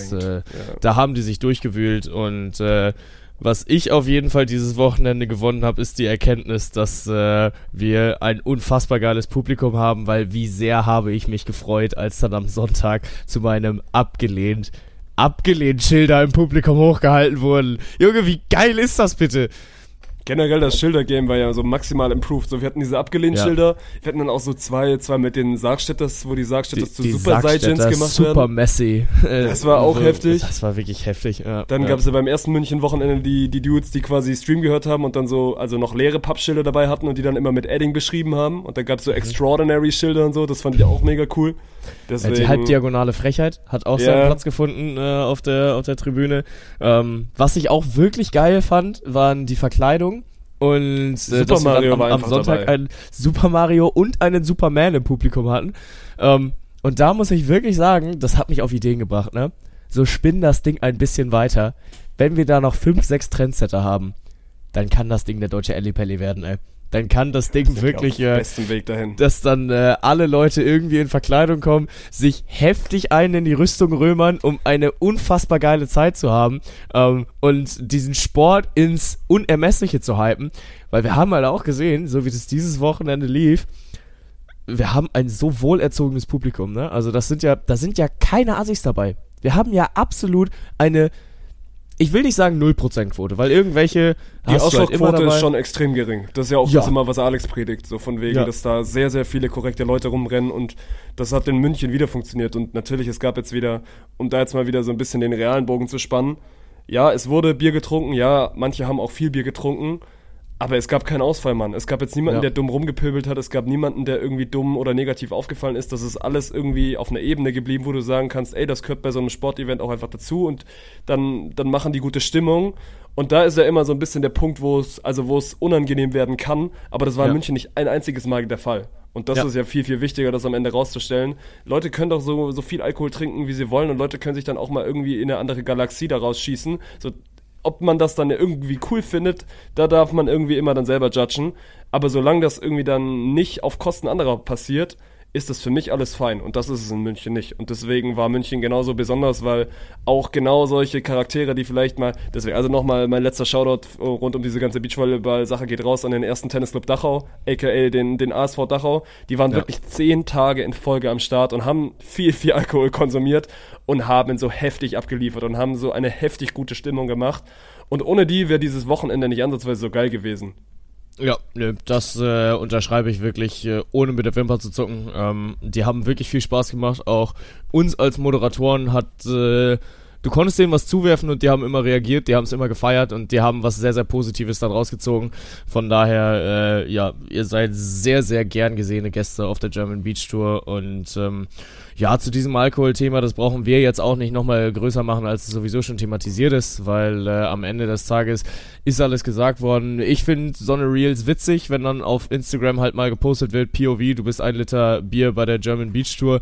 Da haben die sich durchgewühlt und was ich auf jeden Fall dieses Wochenende gewonnen habe, ist die Erkenntnis, dass wir ein unfassbar geiles Publikum haben, weil wie sehr habe ich mich gefreut, als dann am Sonntag zu meinem abgelehnt Schilder im Publikum hochgehalten wurden. Junge, wie geil ist das bitte? Generell das Schilder-Game war ja so maximal improved. So, wir hatten diese abgelehnten Schilder, wir hatten dann auch so zwei mit den Sargstädters, wo die Sargstädters zu Super Saiyans gemacht Super werden. Messi. Das war auch heftig. Das war wirklich heftig, ja. Dann gab es ja beim ersten München-Wochenende die Dudes, die quasi Stream gehört haben und dann so, also noch leere Pappschilder dabei hatten und die dann immer mit Adding beschrieben haben. Und dann gab es so Extraordinary-Schilder und so, das fand ich auch mega cool. Deswegen, die halbdiagonale Frechheit hat auch seinen Platz gefunden auf der Tribüne. Was ich auch wirklich geil fand, waren die Verkleidungen. Und Super Mario war am Sonntag dabei. Ein Super Mario und einen Superman im Publikum hatten. Und da muss ich wirklich sagen, das hat mich auf Ideen gebracht, ne? So spinn das Ding ein bisschen weiter. Wenn wir da noch 5, 6 Trendsetter haben, dann kann das Ding der deutsche Ellipelli werden, ey. Dann kann das Ding wirklich, besten Weg dahin. Dass dann alle Leute irgendwie in Verkleidung kommen, sich heftig in die Rüstung römern, um eine unfassbar geile Zeit zu haben und diesen Sport ins Unermessliche zu hypen, weil wir haben halt auch gesehen, so wie das dieses Wochenende lief, wir haben ein so wohlerzogenes Publikum, ne? Also da sind ja keine Assis dabei. Wir haben ja absolut eine, ich will nicht sagen 0% Quote, weil irgendwelche die Ausschlagquote ist schon extrem gering. Das ist ja auch das immer, was Alex predigt, so von wegen, dass da sehr, sehr viele korrekte Leute rumrennen und das hat in München wieder funktioniert und natürlich, es gab jetzt wieder, um da jetzt mal wieder so ein bisschen den realen Bogen zu spannen, ja, es wurde Bier getrunken, ja, manche haben auch viel Bier getrunken, aber es gab keinen Ausfall, Mann. Es gab jetzt niemanden, der dumm rumgepöbelt hat. Es gab niemanden, der irgendwie dumm oder negativ aufgefallen ist. Das ist alles irgendwie auf einer Ebene geblieben, wo du sagen kannst, ey, das gehört bei so einem Sportevent auch einfach dazu und dann machen die gute Stimmung. Und da ist ja immer so ein bisschen der Punkt, wo es unangenehm werden kann. Aber das war in München nicht ein einziges Mal der Fall. Und das ist ja viel, viel wichtiger, das am Ende rauszustellen. Leute können doch so viel Alkohol trinken, wie sie wollen. Und Leute können sich dann auch mal irgendwie in eine andere Galaxie daraus schießen. So, ob man das dann irgendwie cool findet, da darf man irgendwie immer dann selber judgen. Aber solange das irgendwie dann nicht auf Kosten anderer passiert, ist das für mich alles fein. Und das ist es in München nicht. Und deswegen war München genauso besonders, weil auch genau solche Charaktere, die vielleicht mal, deswegen, also nochmal mein letzter Shoutout rund um diese ganze Beachvolleyball-Sache geht raus an den ersten Tennisclub Dachau, aka den ASV Dachau. Die waren wirklich 10 Tage in Folge am Start und haben viel, viel Alkohol konsumiert und haben so heftig abgeliefert und haben so eine heftig gute Stimmung gemacht. Und ohne die wäre dieses Wochenende nicht ansatzweise so geil gewesen. Ja, das unterschreibe ich wirklich, ohne mit der Wimper zu zucken. Die haben wirklich viel Spaß gemacht. Auch uns als Moderatoren du konntest denen was zuwerfen und die haben immer reagiert, die haben es immer gefeiert und die haben was sehr, sehr Positives dann rausgezogen. Von daher, ihr seid sehr, sehr gern gesehene Gäste auf der German Beach Tour und zu diesem Alkoholthema, das brauchen wir jetzt auch nicht nochmal größer machen, als es sowieso schon thematisiert ist, weil am Ende des Tages ist alles gesagt worden. Ich finde so eine Reels witzig, wenn dann auf Instagram halt mal gepostet wird, POV, du bist 1 Liter Bier bei der German Beach Tour.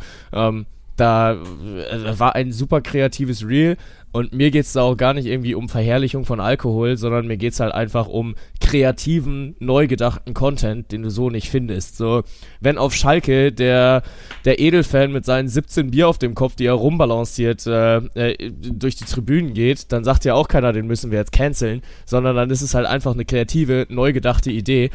Da war ein super kreatives Reel und mir geht's da auch gar nicht irgendwie um Verherrlichung von Alkohol, sondern mir geht's halt einfach um kreativen, neu gedachten Content, den du so nicht findest. So, wenn auf Schalke der Edelfan mit seinen 17 Bier auf dem Kopf, die er rumbalanciert, durch die Tribünen geht, dann sagt ja auch keiner, den müssen wir jetzt canceln, sondern dann ist es halt einfach eine kreative, neu gedachte Idee.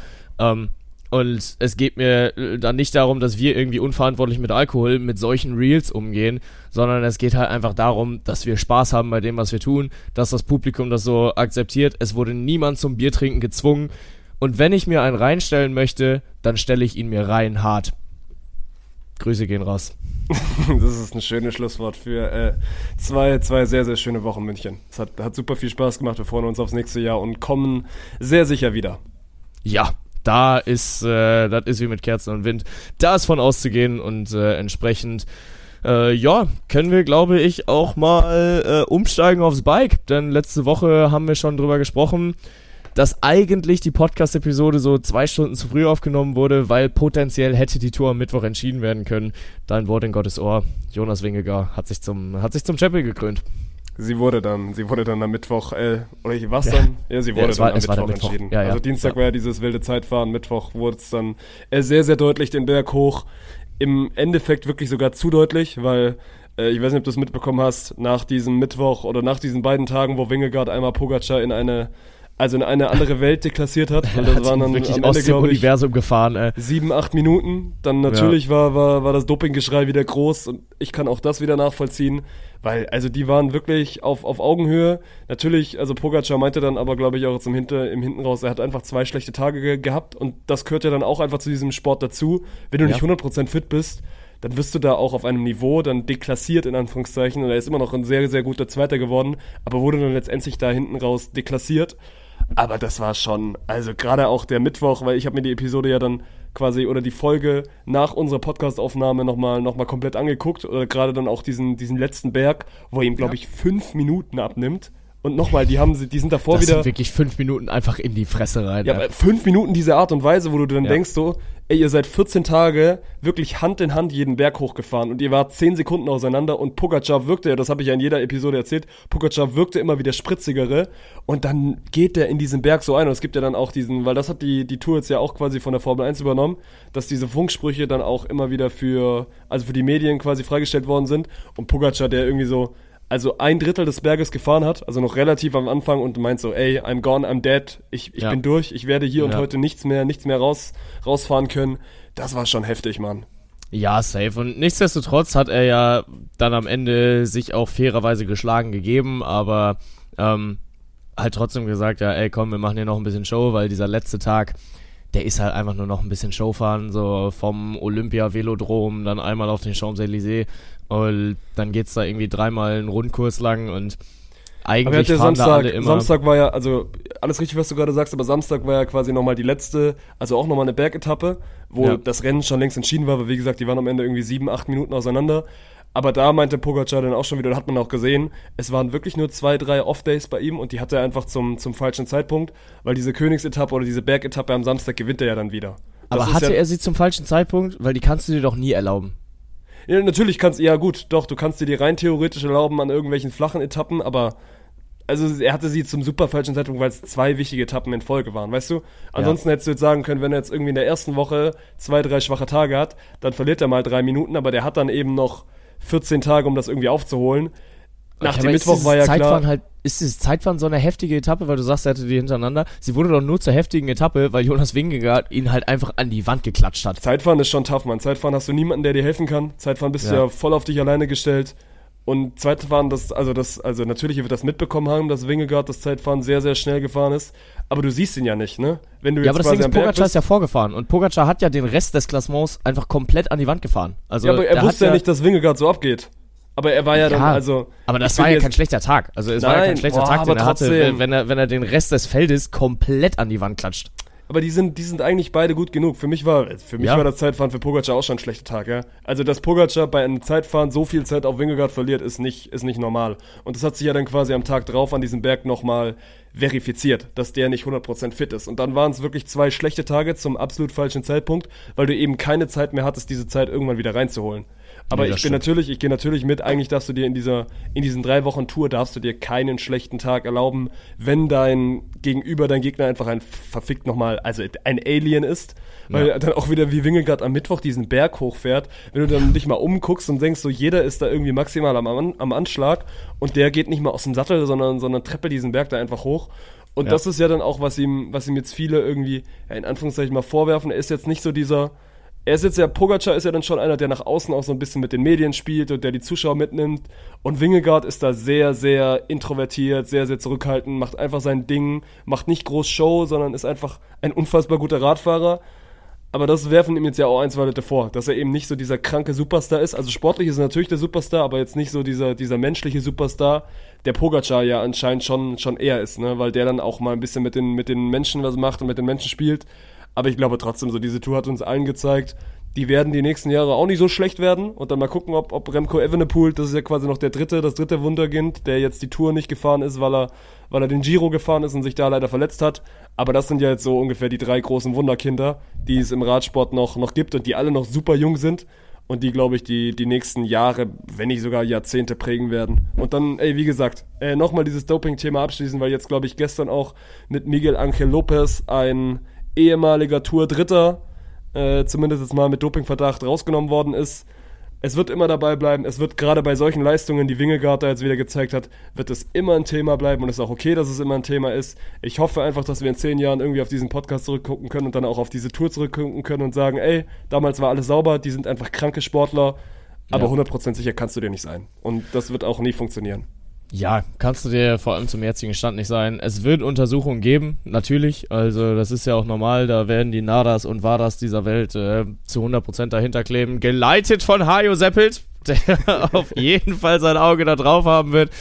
Und es geht mir dann nicht darum, dass wir irgendwie unverantwortlich mit Alkohol mit solchen Reels umgehen, sondern es geht halt einfach darum, dass wir Spaß haben bei dem, was wir tun, dass das Publikum das so akzeptiert. Es wurde niemand zum Biertrinken gezwungen. Und wenn ich mir einen reinstellen möchte, dann stelle ich ihn mir rein hart. Grüße gehen raus. Das ist ein schönes Schlusswort für zwei sehr, sehr schöne Wochen in München. Es hat super viel Spaß gemacht. Wir freuen uns aufs nächste Jahr und kommen sehr sicher wieder. Ja, das ist wie mit Kerzen und Wind. Da ist von auszugehen und entsprechend können wir, glaube ich, auch mal umsteigen aufs Bike. Denn letzte Woche haben wir schon drüber gesprochen, dass eigentlich die Podcast-Episode so 2 Stunden zu früh aufgenommen wurde, weil potenziell hätte die Tour am Mittwoch entschieden werden können. Dein Wort in Gottes Ohr. Jonas Wingegar hat sich zum Champion gekrönt. Sie wurde dann am Mittwoch, was dann? Ja, sie wurde dann am Mittwoch entschieden. Ja, also Dienstag war ja dieses wilde Zeitfahren, Mittwoch wurde es dann sehr, sehr deutlich den Berg hoch. Im Endeffekt wirklich sogar zu deutlich, weil ich weiß nicht, ob du es mitbekommen hast, nach diesem Mittwoch oder nach diesen beiden Tagen, wo Wingegaard einmal Pogacar in eine andere Welt deklassiert hat. Und das waren dann wirklich am aus Ende, dem glaube ich, Universum gefahren. 7-8 Minuten. Dann natürlich war das Dopinggeschrei wieder groß und ich kann auch das wieder nachvollziehen, weil also die waren wirklich auf Augenhöhe. Natürlich, also Pogacar meinte dann aber, glaube ich, auch im Hinten raus, er hat einfach 2 schlechte Tage gehabt und das gehört ja dann auch einfach zu diesem Sport dazu. Wenn du nicht 100% fit bist, dann wirst du da auch auf einem Niveau dann deklassiert, in Anführungszeichen. Und er ist immer noch ein sehr, sehr guter Zweiter geworden, aber wurde dann letztendlich da hinten raus deklassiert. Aber das war schon, also gerade auch der Mittwoch, weil ich habe mir die Episode ja dann quasi oder die Folge nach unserer Podcast-Aufnahme nochmal komplett angeguckt oder gerade dann auch diesen letzten Berg, wo er ihm, glaube ich, 5 Minuten abnimmt. Und nochmal, die sind davor das wieder... sind wirklich 5 Minuten einfach in die Fresse rein. Ja, aber 5 Minuten diese Art und Weise, wo du dann denkst so, ey, ihr seid 14 Tage wirklich Hand in Hand jeden Berg hochgefahren und ihr wart 10 Sekunden auseinander und Pogacar wirkte, das habe ich ja in jeder Episode erzählt, Pogacar wirkte immer wie der Spritzigere und dann geht der in diesen Berg so ein und es gibt ja dann auch diesen, weil das hat die Tour jetzt ja auch quasi von der Formel 1 übernommen, dass diese Funksprüche dann auch immer wieder für die Medien quasi freigestellt worden sind und Pogacar, der irgendwie so also 1/3 des Berges gefahren hat, also noch relativ am Anfang und meint so, ey, I'm gone, I'm dead, ich bin durch, ich werde hier und heute nichts mehr rausfahren können. Das war schon heftig, Mann. Ja, safe. Und nichtsdestotrotz hat er ja dann am Ende sich auch fairerweise geschlagen gegeben, aber halt trotzdem gesagt, ja, ey, komm, wir machen hier noch ein bisschen Show, weil dieser letzte Tag, der ist halt einfach nur noch ein bisschen Showfahren, so vom Olympia-Velodrom, dann einmal auf den Champs-Élysées und dann geht's da irgendwie 3-mal einen Rundkurs lang und eigentlich fahren da alle immer... Samstag war ja, also alles richtig, was du gerade sagst, aber Samstag war ja quasi nochmal die letzte, also auch nochmal eine Bergetappe, wo das Rennen schon längst entschieden war, weil wie gesagt, die waren am Ende irgendwie 7-8 Minuten auseinander. Aber da meinte Pogacar dann auch schon wieder, da hat man auch gesehen, es waren wirklich nur 2-3 Off-Days bei ihm und die hatte er einfach zum falschen Zeitpunkt, weil diese Königsetappe oder diese Bergetappe am Samstag gewinnt er ja dann wieder. Aber hatte er sie zum falschen Zeitpunkt? Weil die kannst du dir doch nie erlauben. Ja, natürlich kannst du, ja gut, doch, du kannst dir die rein theoretisch erlauben an irgendwelchen flachen Etappen, aber also er hatte sie zum super falschen Zeitpunkt, weil es 2 wichtige Etappen in Folge waren, weißt du? Ansonsten hättest du jetzt sagen können, wenn er jetzt irgendwie in der ersten Woche 2-3 schwache Tage hat, dann verliert er mal 3 Minuten, aber der hat dann eben noch 14 Tage, um das irgendwie aufzuholen. Nach dem Mittwoch war ja klar... Ist dieses Zeitfahren so eine heftige Etappe, weil du sagst, er hätte die hintereinander? Sie wurde doch nur zur heftigen Etappe, weil Jonas Wingegaard ihn halt einfach an die Wand geklatscht hat. Zeitfahren ist schon tough, Mann. Zeitfahren hast du niemanden, der dir helfen kann. Zeitfahren bist du ja voll auf dich alleine gestellt. Und Zeitfahren, also natürlich wird das mitbekommen haben, dass Wingegaard das Zeitfahren sehr, sehr schnell gefahren ist. Aber du siehst ihn ja nicht, ne? Wenn du jetzt aber deswegen ist Pogacar ist ja vorgefahren. Und Pogacar hat ja den Rest des Klassements einfach komplett an die Wand gefahren. Also ja, aber er wusste ja nicht, dass Wingegaard so abgeht. Aber er war ja dann, also... Aber das war ja kein schlechter Tag. Also es war ja kein schlechter Tag, den er hatte, wenn er den Rest des Feldes komplett an die Wand klatscht. Aber die sind eigentlich beide gut genug. Für mich war das Zeitfahren für Pogacar auch schon ein schlechter Tag, ja. Also, dass Pogacar bei einem Zeitfahren so viel Zeit auf Wingegaard verliert, ist nicht normal. Und das hat sich ja dann quasi am Tag drauf an diesem Berg nochmal verifiziert, dass der nicht 100% fit ist. Und dann waren es wirklich 2 schlechte Tage zum absolut falschen Zeitpunkt, weil du eben keine Zeit mehr hattest, diese Zeit irgendwann wieder reinzuholen. Aber ich gehe natürlich mit, eigentlich darfst du dir in diesen 3 Wochen Tour darfst du dir keinen schlechten Tag erlauben, wenn dein Gegner einfach ein verfickt nochmal, also ein Alien ist, weil dann auch wieder wie Wingegaard am Mittwoch diesen Berg hochfährt, wenn du dann dich mal umguckst und denkst so, jeder ist da irgendwie maximal am Anschlag und der geht nicht mal aus dem Sattel, sondern treppelt diesen Berg da einfach hoch. Und das ist ja dann auch, was ihm jetzt viele irgendwie, in Anführungszeichen mal vorwerfen, er ist jetzt nicht so Pogacar ist ja dann schon einer, der nach außen auch so ein bisschen mit den Medien spielt und der die Zuschauer mitnimmt. Und Wingegaard ist da sehr, sehr introvertiert, sehr, sehr zurückhaltend, macht einfach sein Ding, macht nicht groß Show, sondern ist einfach ein unfassbar guter Radfahrer. Aber das werfen ihm jetzt ja auch ein, zwei Leute vor, dass er eben nicht so dieser kranke Superstar ist. Also sportlich ist er natürlich der Superstar, aber jetzt nicht so dieser menschliche Superstar, der Pogacar ja anscheinend schon eher ist, ne? Weil der dann auch mal ein bisschen mit den Menschen was macht und mit den Menschen spielt. Aber ich glaube trotzdem, so diese Tour hat uns allen gezeigt, die werden die nächsten Jahre auch nicht so schlecht werden. Und dann mal gucken, ob Remco Evenepoel, das ist ja quasi noch das dritte Wunderkind, der jetzt die Tour nicht gefahren ist, weil er den Giro gefahren ist und sich da leider verletzt hat. Aber das sind ja jetzt so ungefähr die 3 großen Wunderkinder, die es im Radsport noch gibt und die alle noch super jung sind und die, glaube ich, die nächsten Jahre, wenn nicht sogar Jahrzehnte prägen werden. Und dann, wie gesagt, nochmal dieses Doping-Thema abschließen, weil jetzt, glaube ich, gestern auch mit Miguel Ángel López ein ehemaliger Tour-Dritter zumindest jetzt mal mit Dopingverdacht rausgenommen worden ist. Es wird immer dabei bleiben, es wird gerade bei solchen Leistungen, die Vingegaard da jetzt wieder gezeigt hat, wird es immer ein Thema bleiben und es ist auch okay, dass es immer ein Thema ist. Ich hoffe einfach, dass wir in 10 Jahren irgendwie auf diesen Podcast zurückgucken können und dann auch auf diese Tour zurückgucken können und sagen, damals war alles sauber, die sind einfach kranke Sportler, aber 100% sicher kannst du dir nicht sein. Und das wird auch nie funktionieren. Ja, kannst du dir vor allem zum jetzigen Stand nicht sein. Es wird Untersuchungen geben, natürlich. Also das ist ja auch normal. Da werden die Nadas und Wadas dieser Welt zu 100% dahinter kleben. Geleitet von Hajo Seppelt, der auf jeden Fall sein Auge da drauf haben wird.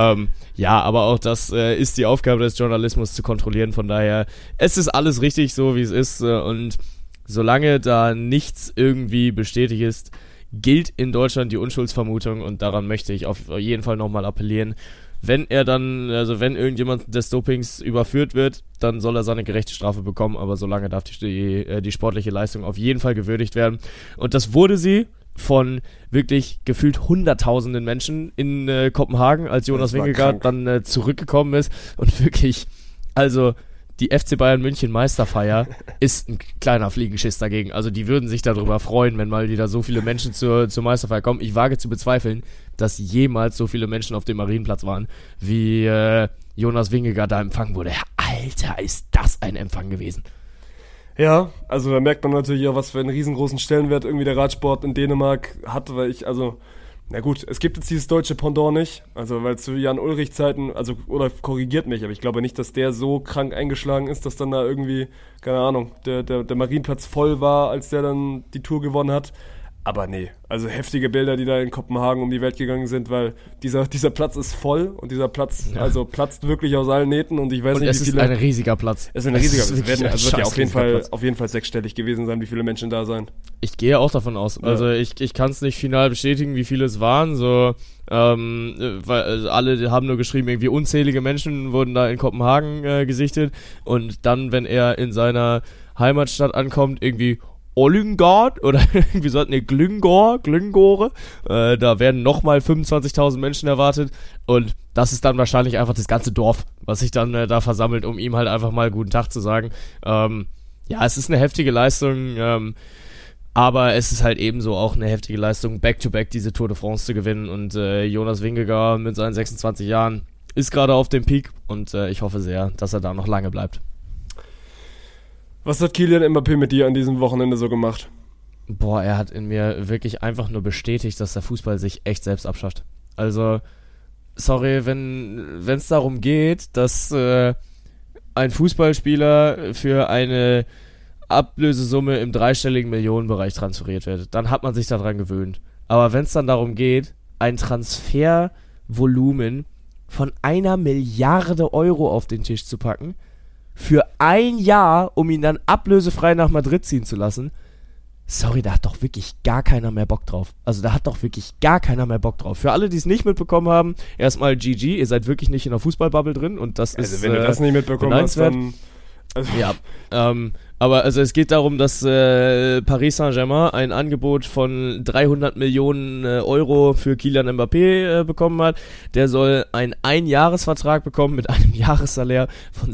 Ja, aber auch das ist die Aufgabe des Journalismus zu kontrollieren. Von daher, es ist alles richtig so, wie es ist. Und solange da nichts irgendwie bestätigt ist, gilt in Deutschland die Unschuldsvermutung und daran möchte ich auf jeden Fall nochmal appellieren. Wenn irgendjemand des Dopings überführt wird, dann soll er seine gerechte Strafe bekommen, aber solange darf die sportliche Leistung auf jeden Fall gewürdigt werden. Und das wurde sie von wirklich gefühlt hunderttausenden Menschen in Kopenhagen, als Jonas Vingegaard dann zurückgekommen ist und wirklich, also die FC Bayern München Meisterfeier ist ein kleiner Fliegenschiss dagegen. Also die würden sich darüber freuen, wenn mal wieder so viele Menschen zur Meisterfeier kommen. Ich wage zu bezweifeln, dass jemals so viele Menschen auf dem Marienplatz waren, wie Jonas Vingegaard da empfangen wurde. Alter, ist das ein Empfang gewesen. Ja, also da merkt man natürlich auch, was für einen riesengroßen Stellenwert irgendwie der Radsport in Dänemark hat, weil na gut, es gibt jetzt dieses deutsche Pendant nicht, also weil zu Jan-Ulrich-Zeiten, oder korrigiert mich, aber ich glaube nicht, dass der so krank eingeschlagen ist, dass dann da irgendwie, keine Ahnung, der Marienplatz voll war, als der dann die Tour gewonnen hat. Aber nee, also heftige Bilder, die da in Kopenhagen um die Welt gegangen sind, weil dieser Platz ist voll und dieser Platz platzt wirklich aus allen Nähten und ich weiß nicht, wie viele... Es ist ein riesiger Platz. Es ist ein riesiger Platz. Es wird ja auf jeden Fall sechsstellig gewesen sein, wie viele Menschen da sein. Ich gehe auch davon aus. Ja. Also ich kann es nicht final bestätigen, wie viele es waren, weil alle haben nur geschrieben, irgendwie unzählige Menschen wurden da in Kopenhagen gesichtet und dann, wenn er in seiner Heimatstadt ankommt, irgendwie Olyngard oder irgendwie so, Glyngore, da werden nochmal 25.000 Menschen erwartet und das ist dann wahrscheinlich einfach das ganze Dorf, was sich dann da versammelt, um ihm halt einfach mal guten Tag zu sagen. Ja, es ist eine heftige Leistung, aber es ist halt ebenso auch eine heftige Leistung, back-to-back diese Tour de France zu gewinnen und Jonas Vingegaard mit seinen 26 Jahren ist gerade auf dem Peak und ich hoffe sehr, dass er da noch lange bleibt. Was hat Kylian Mbappé mit dir an diesem Wochenende so gemacht? Boah, er hat in mir wirklich einfach nur bestätigt, dass der Fußball sich echt selbst abschafft. Also, sorry, wenn es darum geht, dass ein Fußballspieler für eine Ablösesumme im 3-stelligen Millionenbereich transferiert wird, dann hat man sich daran gewöhnt. Aber wenn es dann darum geht, ein Transfervolumen von 1 Milliarde Euro auf den Tisch zu packen, für ein Jahr, um ihn dann ablösefrei nach Madrid ziehen zu lassen, sorry, da hat doch wirklich gar keiner mehr Bock drauf. Also da hat doch wirklich gar keiner mehr Bock drauf. Für alle, die es nicht mitbekommen haben, erstmal GG, ihr seid wirklich nicht in der Fußballbubble drin und das ist wenn du das nicht mitbekommen hast, dann... Ja, aber also es geht darum, dass Paris Saint-Germain ein Angebot von 300 Millionen Euro für Kylian Mbappé bekommen hat. Der soll einen Einjahresvertrag bekommen mit einem Jahressalär von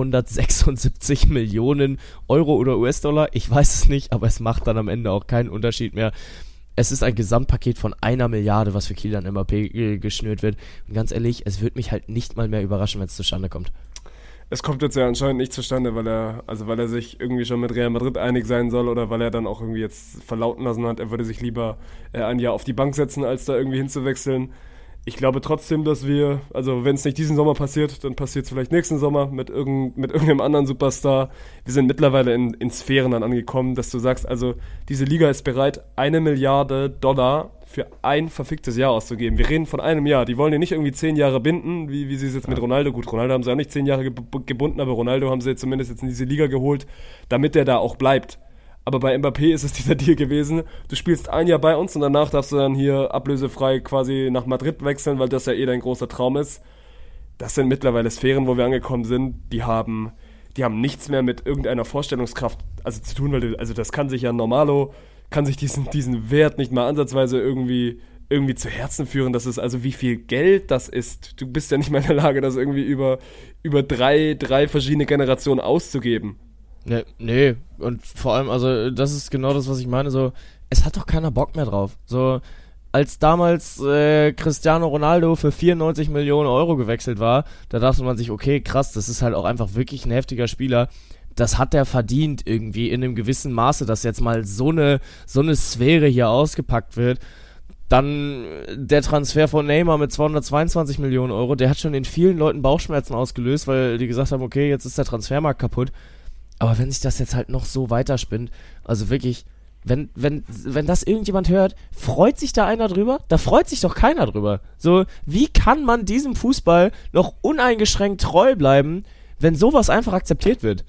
776 Millionen Euro oder US-Dollar. Ich weiß es nicht, aber es macht dann am Ende auch keinen Unterschied mehr. Es ist ein Gesamtpaket von 1 Milliarde, was für Kylian Mbappé geschnürt wird. Und ganz ehrlich, es würde mich halt nicht mal mehr überraschen, wenn es zustande kommt. Es kommt jetzt ja anscheinend nicht zustande, weil er sich irgendwie schon mit Real Madrid einig sein soll oder weil er dann auch irgendwie jetzt verlauten lassen hat, er würde sich lieber ein Jahr auf die Bank setzen, als da irgendwie hinzuwechseln. Ich glaube trotzdem, dass wir, also wenn es nicht diesen Sommer passiert, dann passiert es vielleicht nächsten Sommer mit irgendeinem anderen Superstar. Wir sind mittlerweile in Sphären dann angekommen, dass du sagst, also diese Liga ist bereit, $1 Milliarde für ein verficktes Jahr auszugeben. Wir reden von einem Jahr. Die wollen ja nicht irgendwie 10 Jahre binden, wie sie es jetzt mit Ronaldo. Gut, Ronaldo haben sie auch nicht 10 Jahre gebunden, aber Ronaldo haben sie jetzt zumindest in diese Liga geholt, damit der da auch bleibt. Aber bei Mbappé ist es dieser Deal gewesen, du spielst ein Jahr bei uns und danach darfst du dann hier ablösefrei quasi nach Madrid wechseln, weil das ja eh dein großer Traum ist. Das sind mittlerweile Sphären, wo wir angekommen sind, die haben nichts mehr mit irgendeiner Vorstellungskraft zu tun, weil das kann sich ja Normalo, kann sich diesen Wert nicht mal ansatzweise irgendwie zu Herzen führen. Das ist also, wie viel Geld das ist. Du bist ja nicht mehr in der Lage, das irgendwie über drei verschiedene Generationen auszugeben. Nee, und vor allem, also das ist genau das, was ich meine, so, es hat doch keiner Bock mehr drauf. So, als damals Cristiano Ronaldo für 94 Millionen Euro gewechselt war, da dachte man sich, okay, krass, das ist halt auch einfach wirklich ein heftiger Spieler. Das hat der verdient irgendwie in einem gewissen Maße, dass jetzt mal so eine Sphäre hier ausgepackt wird. Dann der Transfer von Neymar mit 222 Millionen Euro, der hat schon in vielen Leuten Bauchschmerzen ausgelöst, weil die gesagt haben, okay, jetzt ist der Transfermarkt kaputt. Aber wenn sich das jetzt halt noch so weiterspinnt, also wirklich, wenn das irgendjemand hört, freut sich da einer drüber? Da freut sich doch keiner drüber. So, wie kann man diesem Fußball noch uneingeschränkt treu bleiben, wenn sowas einfach akzeptiert wird?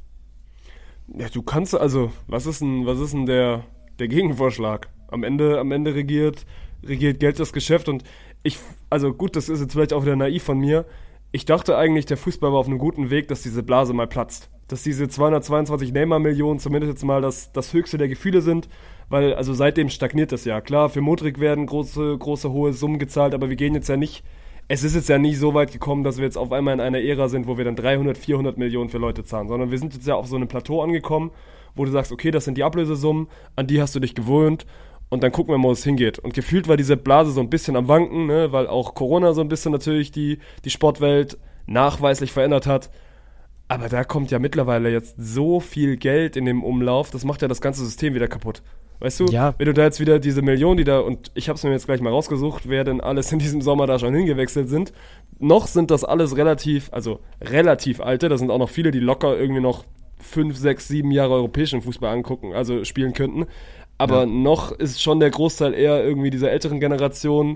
Ja, du kannst, also, was ist denn der Gegenvorschlag? Am Ende regiert Geld das Geschäft und also gut, das ist jetzt vielleicht auch wieder naiv von mir. Ich dachte eigentlich, der Fußball war auf einem guten Weg, dass diese Blase mal platzt. Dass diese 222 Neymar-Millionen zumindest jetzt mal das höchste der Gefühle sind, weil also seitdem stagniert das ja. Klar, für Modric werden große, hohe Summen gezahlt, aber wir gehen jetzt ja nicht, es ist jetzt ja nicht so weit gekommen, dass wir jetzt auf einmal in einer Ära sind, wo wir dann 300, 400 Millionen für Leute zahlen, sondern wir sind jetzt ja auf so einem Plateau angekommen, wo du sagst, okay, das sind die Ablösesummen, an die hast du dich gewöhnt und dann gucken wir mal, wo es hingeht. Und gefühlt war diese Blase so ein bisschen am Wanken, ne, weil auch Corona so ein bisschen natürlich die Sportwelt nachweislich verändert hat. Aber da kommt ja mittlerweile jetzt so viel Geld in dem Umlauf, das macht ja das ganze System wieder kaputt. Weißt du, ja. Wenn du da jetzt wieder diese Millionen, die da, und ich habe es mir jetzt gleich mal rausgesucht, wer denn alles in diesem Sommer da schon hingewechselt sind, noch sind das alles relativ alte, da sind auch noch viele, die locker irgendwie noch 5, 6, 7 Jahre europäischen Fußball angucken, also spielen könnten. Aber noch ist schon der Großteil eher irgendwie dieser älteren Generation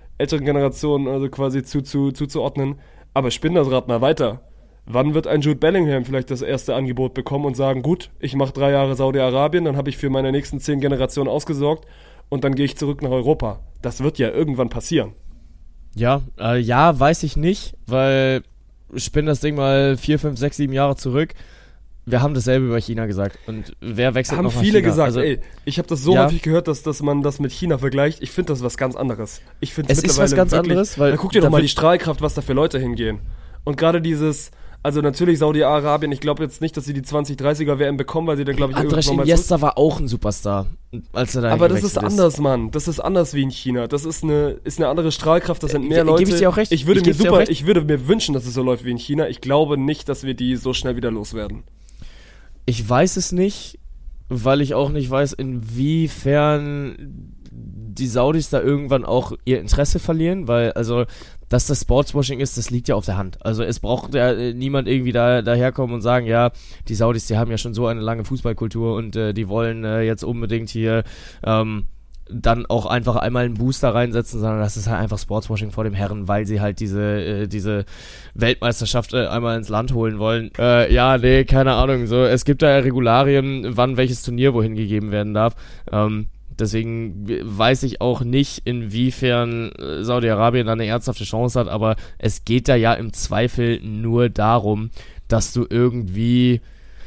also quasi zuzuordnen. Aber spinn das Rad mal weiter. Wann wird ein Jude Bellingham vielleicht das erste Angebot bekommen und sagen, gut, ich mache 3 Jahre Saudi-Arabien, dann habe ich für meine nächsten 10 Generationen ausgesorgt und dann gehe ich zurück nach Europa. Das wird ja irgendwann passieren. Ja, weiß ich nicht, weil spinn das Ding mal 4, 5, 6, 7 Jahre zurück. Wir haben dasselbe über China gesagt. Und wer wechselt noch nach China? Haben viele gesagt, ich habe das so häufig gehört, dass man das mit China vergleicht. Ich finde das was ganz anderes. Ich finde es mittlerweile ist was ganz wirklich, anderes, weil guck dir doch mal die Strahlkraft, was da für Leute hingehen. Und gerade dieses, also natürlich Saudi-Arabien, ich glaube jetzt nicht, dass sie die 2030er WM bekommen, weil sie dann, glaube ich, Andrés Iniesta war auch ein Superstar, als er da aber das ist anders, Mann. Das ist anders wie in China. Das ist eine andere Strahlkraft, das sind mehr Leute. Gebe ich dir auch recht. Ich würde mir wünschen, dass es so läuft wie in China. Ich glaube nicht, dass wir die so schnell wieder loswerden. Ich weiß es nicht, weil ich auch nicht weiß, inwiefern die Saudis da irgendwann auch ihr Interesse verlieren, weil, also, dass das Sportswashing ist, das liegt ja auf der Hand. Also es braucht ja niemand irgendwie daherkommen und sagen, ja, die Saudis, die haben ja schon so eine lange Fußballkultur und die wollen jetzt unbedingt hier dann auch einfach einmal einen Booster reinsetzen, sondern das ist halt einfach Sportswashing vor dem Herren, weil sie halt diese Weltmeisterschaft einmal ins Land holen wollen. Keine Ahnung. So, es gibt da ja Regularien, wann welches Turnier wohin gegeben werden darf. Deswegen weiß ich auch nicht, inwiefern Saudi-Arabien da eine ernsthafte Chance hat, aber es geht da ja im Zweifel nur darum, dass du irgendwie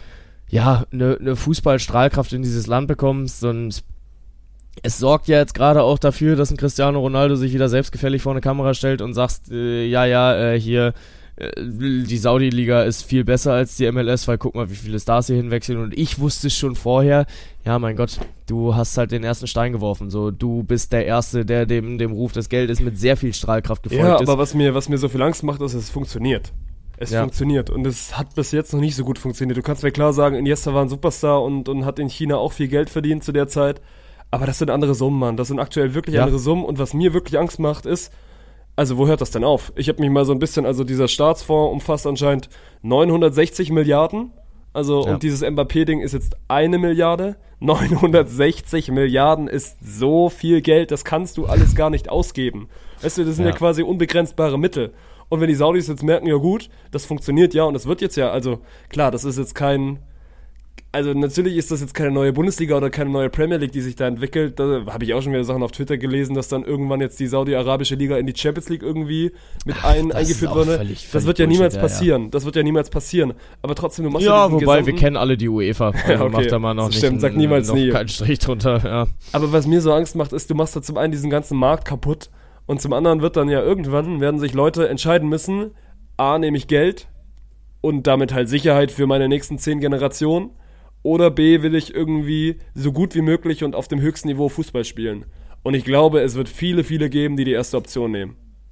eine Fußballstrahlkraft in dieses Land bekommst, und es sorgt ja jetzt gerade auch dafür, dass ein Cristiano Ronaldo sich wieder selbstgefällig vor eine Kamera stellt und sagt, hier die Saudi-Liga ist viel besser als die MLS, weil guck mal, wie viele Stars hier hinwechseln, und ich wusste schon vorher, ja mein Gott, du hast halt den ersten Stein geworfen, so, du bist der Erste, der dem Ruf des Geldes mit sehr viel Strahlkraft gefolgt ist. Ja, aber was mir so viel Angst macht, ist, es funktioniert. Es funktioniert, und es hat bis jetzt noch nicht so gut funktioniert. Du kannst mir klar sagen, Iniesta war ein Superstar und hat in China auch viel Geld verdient zu der Zeit, aber das sind andere Summen, Mann, das sind aktuell wirklich andere Summen, und was mir wirklich Angst macht ist, Also wo hört das denn auf? Ich habe mich mal so ein bisschen, also dieser Staatsfonds umfasst anscheinend 960 Milliarden. Also und dieses Mbappé-Ding ist jetzt 1 Milliarde. 960 Milliarden ist so viel Geld, das kannst du alles gar nicht ausgeben. Weißt du, das sind ja quasi unbegrenzbare Mittel. Und wenn die Saudis jetzt merken, ja gut, das funktioniert ja und das wird jetzt ja, also klar, das ist jetzt kein, also natürlich ist das jetzt keine neue Bundesliga oder keine neue Premier League, die sich da entwickelt. Da habe ich auch schon wieder Sachen auf Twitter gelesen, dass dann irgendwann jetzt die saudi-arabische Liga in die Champions League irgendwie mit eingeführt wurde. Das wird ja niemals passieren. Ja. Das wird ja niemals passieren. Aber trotzdem, du machst ja diesen wobei, wir kennen alle die UEFA. Also okay. Macht da mal noch Stimmt, sag niemals nie. Keinen Strich drunter, ja. Aber was mir so Angst macht, ist, du machst da zum einen diesen ganzen Markt kaputt und zum anderen wird dann ja irgendwann, werden sich Leute entscheiden müssen, A, nehme ich Geld und damit halt Sicherheit für meine nächsten 10 Generationen. Oder B, will ich irgendwie so gut wie möglich und auf dem höchsten Niveau Fußball spielen. Und ich glaube, es wird viele, viele geben, die die erste Option nehmen.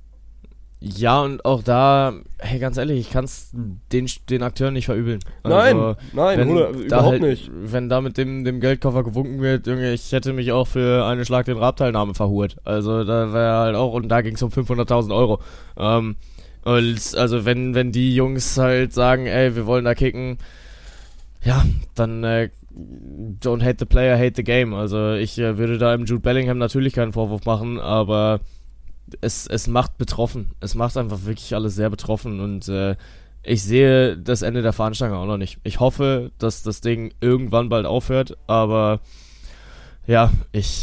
Ja, und auch da, hey, ganz ehrlich, ich kann es den Akteuren nicht verübeln. Also, nein, überhaupt halt, nicht. Wenn da mit dem Geldkoffer gewunken wird, Junge, ich hätte mich auch für eine Schlag den Raab-Teilnahme verhurt. Also da wäre halt auch, und da ging es um 500.000 Euro. Und also wenn die Jungs halt sagen, ey, wir wollen da kicken, ja, dann don't hate the player, hate the game. Also ich würde da im Jude Bellingham natürlich keinen Vorwurf machen, aber es macht betroffen. Es macht einfach wirklich alles sehr betroffen und ich sehe das Ende der Veranstaltung auch noch nicht. Ich hoffe, dass das Ding irgendwann bald aufhört, aber ja, ich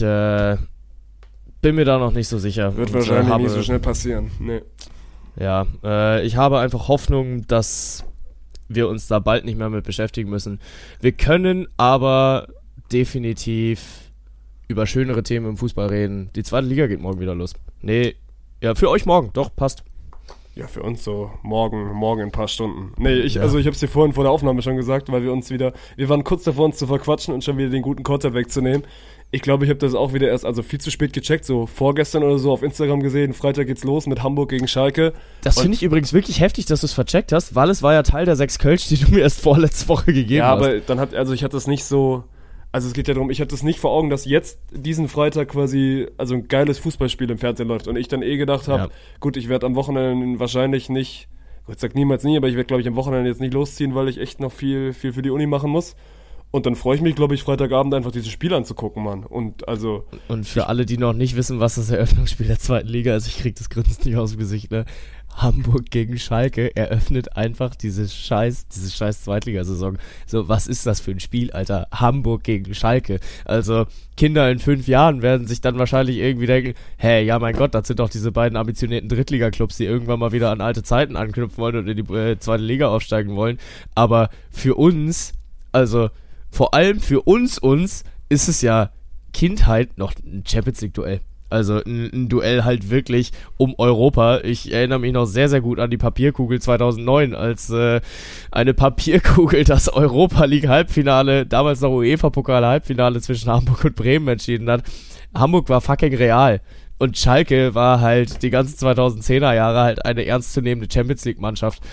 bin mir da noch nicht so sicher. Wird wahrscheinlich nicht so schnell passieren. Nee. Ja, ich habe einfach Hoffnung, dass wir uns da bald nicht mehr mit beschäftigen müssen. Wir können aber definitiv über schönere Themen im Fußball reden. Die zweite Liga geht morgen wieder los. Nee, ja, für euch morgen, doch, passt. Ja, für uns so morgen in ein paar Stunden. Nee, also ich hab's dir vorhin vor der Aufnahme schon gesagt, weil wir waren kurz davor, uns zu verquatschen und schon wieder den guten Content wegzunehmen. Ich glaube, ich habe das auch wieder erst, also viel zu spät gecheckt, so vorgestern oder so auf Instagram gesehen, Freitag geht's los mit Hamburg gegen Schalke. Das finde ich übrigens wirklich heftig, dass du es vercheckt hast, weil es war ja Teil der 6 Kölsch, die du mir erst vorletzte Woche gegeben hast. Ja, aber ich hatte das nicht so, also es geht ja darum, ich hatte das nicht vor Augen, dass jetzt diesen Freitag quasi, also ein geiles Fußballspiel im Fernsehen läuft und ich dann gedacht habe, gut, ich werde am Wochenende wahrscheinlich nicht, Gott sag niemals nie, aber ich werde, glaube ich, am Wochenende jetzt nicht losziehen, weil ich echt noch viel für die Uni machen muss. Und dann freue ich mich, glaube ich, Freitagabend einfach dieses Spiel anzugucken, Mann. Und für alle, die noch nicht wissen, was das Eröffnungsspiel der zweiten Liga ist, ich krieg das Grinsen nicht aus dem Gesicht, ne? Hamburg gegen Schalke eröffnet einfach diese scheiß Zweitligasaison. So, was ist das für ein Spiel, Alter? Hamburg gegen Schalke. Also, Kinder in 5 Jahren werden sich dann wahrscheinlich irgendwie denken, hey, ja mein Gott, das sind doch diese beiden ambitionierten Drittliga-Clubs, die irgendwann mal wieder an alte Zeiten anknüpfen wollen und in die zweite Liga aufsteigen wollen. Aber für uns, also vor allem für uns ist es ja Kindheit noch ein Champions-League-Duell. Also ein Duell halt wirklich um Europa. Ich erinnere mich noch sehr, sehr gut an die Papierkugel 2009, als eine Papierkugel das Europa-League-Halbfinale, damals noch UEFA-Pokal-Halbfinale zwischen Hamburg und Bremen entschieden hat. Hamburg war fucking real. Und Schalke war halt die ganzen 2010er Jahre halt eine ernstzunehmende Champions-League-Mannschaft,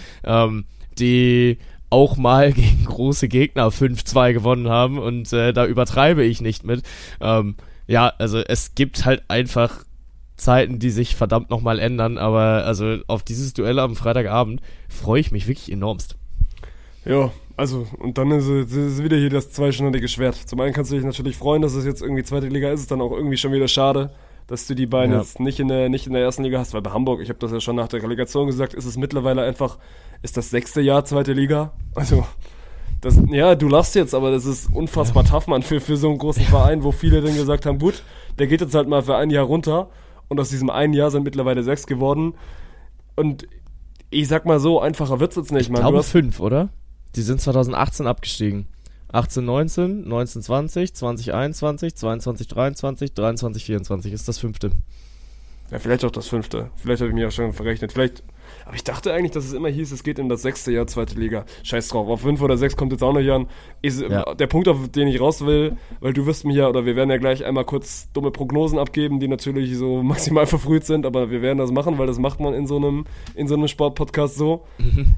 die auch mal gegen große Gegner 5-2 gewonnen haben und da übertreibe ich nicht mit. Ja, also es gibt halt einfach Zeiten, die sich verdammt nochmal ändern, aber also auf dieses Duell am Freitagabend freue ich mich wirklich enormst. Ja, also und dann ist es wieder hier das zweischneidige Schwert. Zum einen kannst du dich natürlich freuen, dass es jetzt irgendwie zweite Liga ist, dann auch irgendwie schon wieder schade, dass du die beiden jetzt nicht in der ersten Liga hast, weil bei Hamburg, ich habe das ja schon nach der Relegation gesagt, ist es mittlerweile einfach, ist das 6. Jahr zweite Liga, also du lachst jetzt, aber das ist unfassbar tough, Mann, für so einen großen Verein, wo viele dann gesagt haben, gut, der geht jetzt halt mal für ein Jahr runter und aus diesem einen Jahr sind mittlerweile 6 geworden und ich sag mal so, einfacher wird's jetzt nicht, Mann. Ich glaube 5, oder? Die sind 2018 abgestiegen. 18, 19, 19, 20, 20, 21, 22, 23, 23, 24 ist das 5. Ja, vielleicht auch das 5. Vielleicht habe ich mich auch schon verrechnet. Aber ich dachte eigentlich, dass es immer hieß, es geht in das 6. Jahr zweite Liga. Scheiß drauf, auf 5 oder 6 kommt jetzt auch noch an. Der Punkt, auf den ich raus will, weil du wirst mich ja, oder wir werden ja gleich einmal kurz dumme Prognosen abgeben, die natürlich so maximal verfrüht sind, aber wir werden das machen, weil das macht man in so einem Sportpodcast so.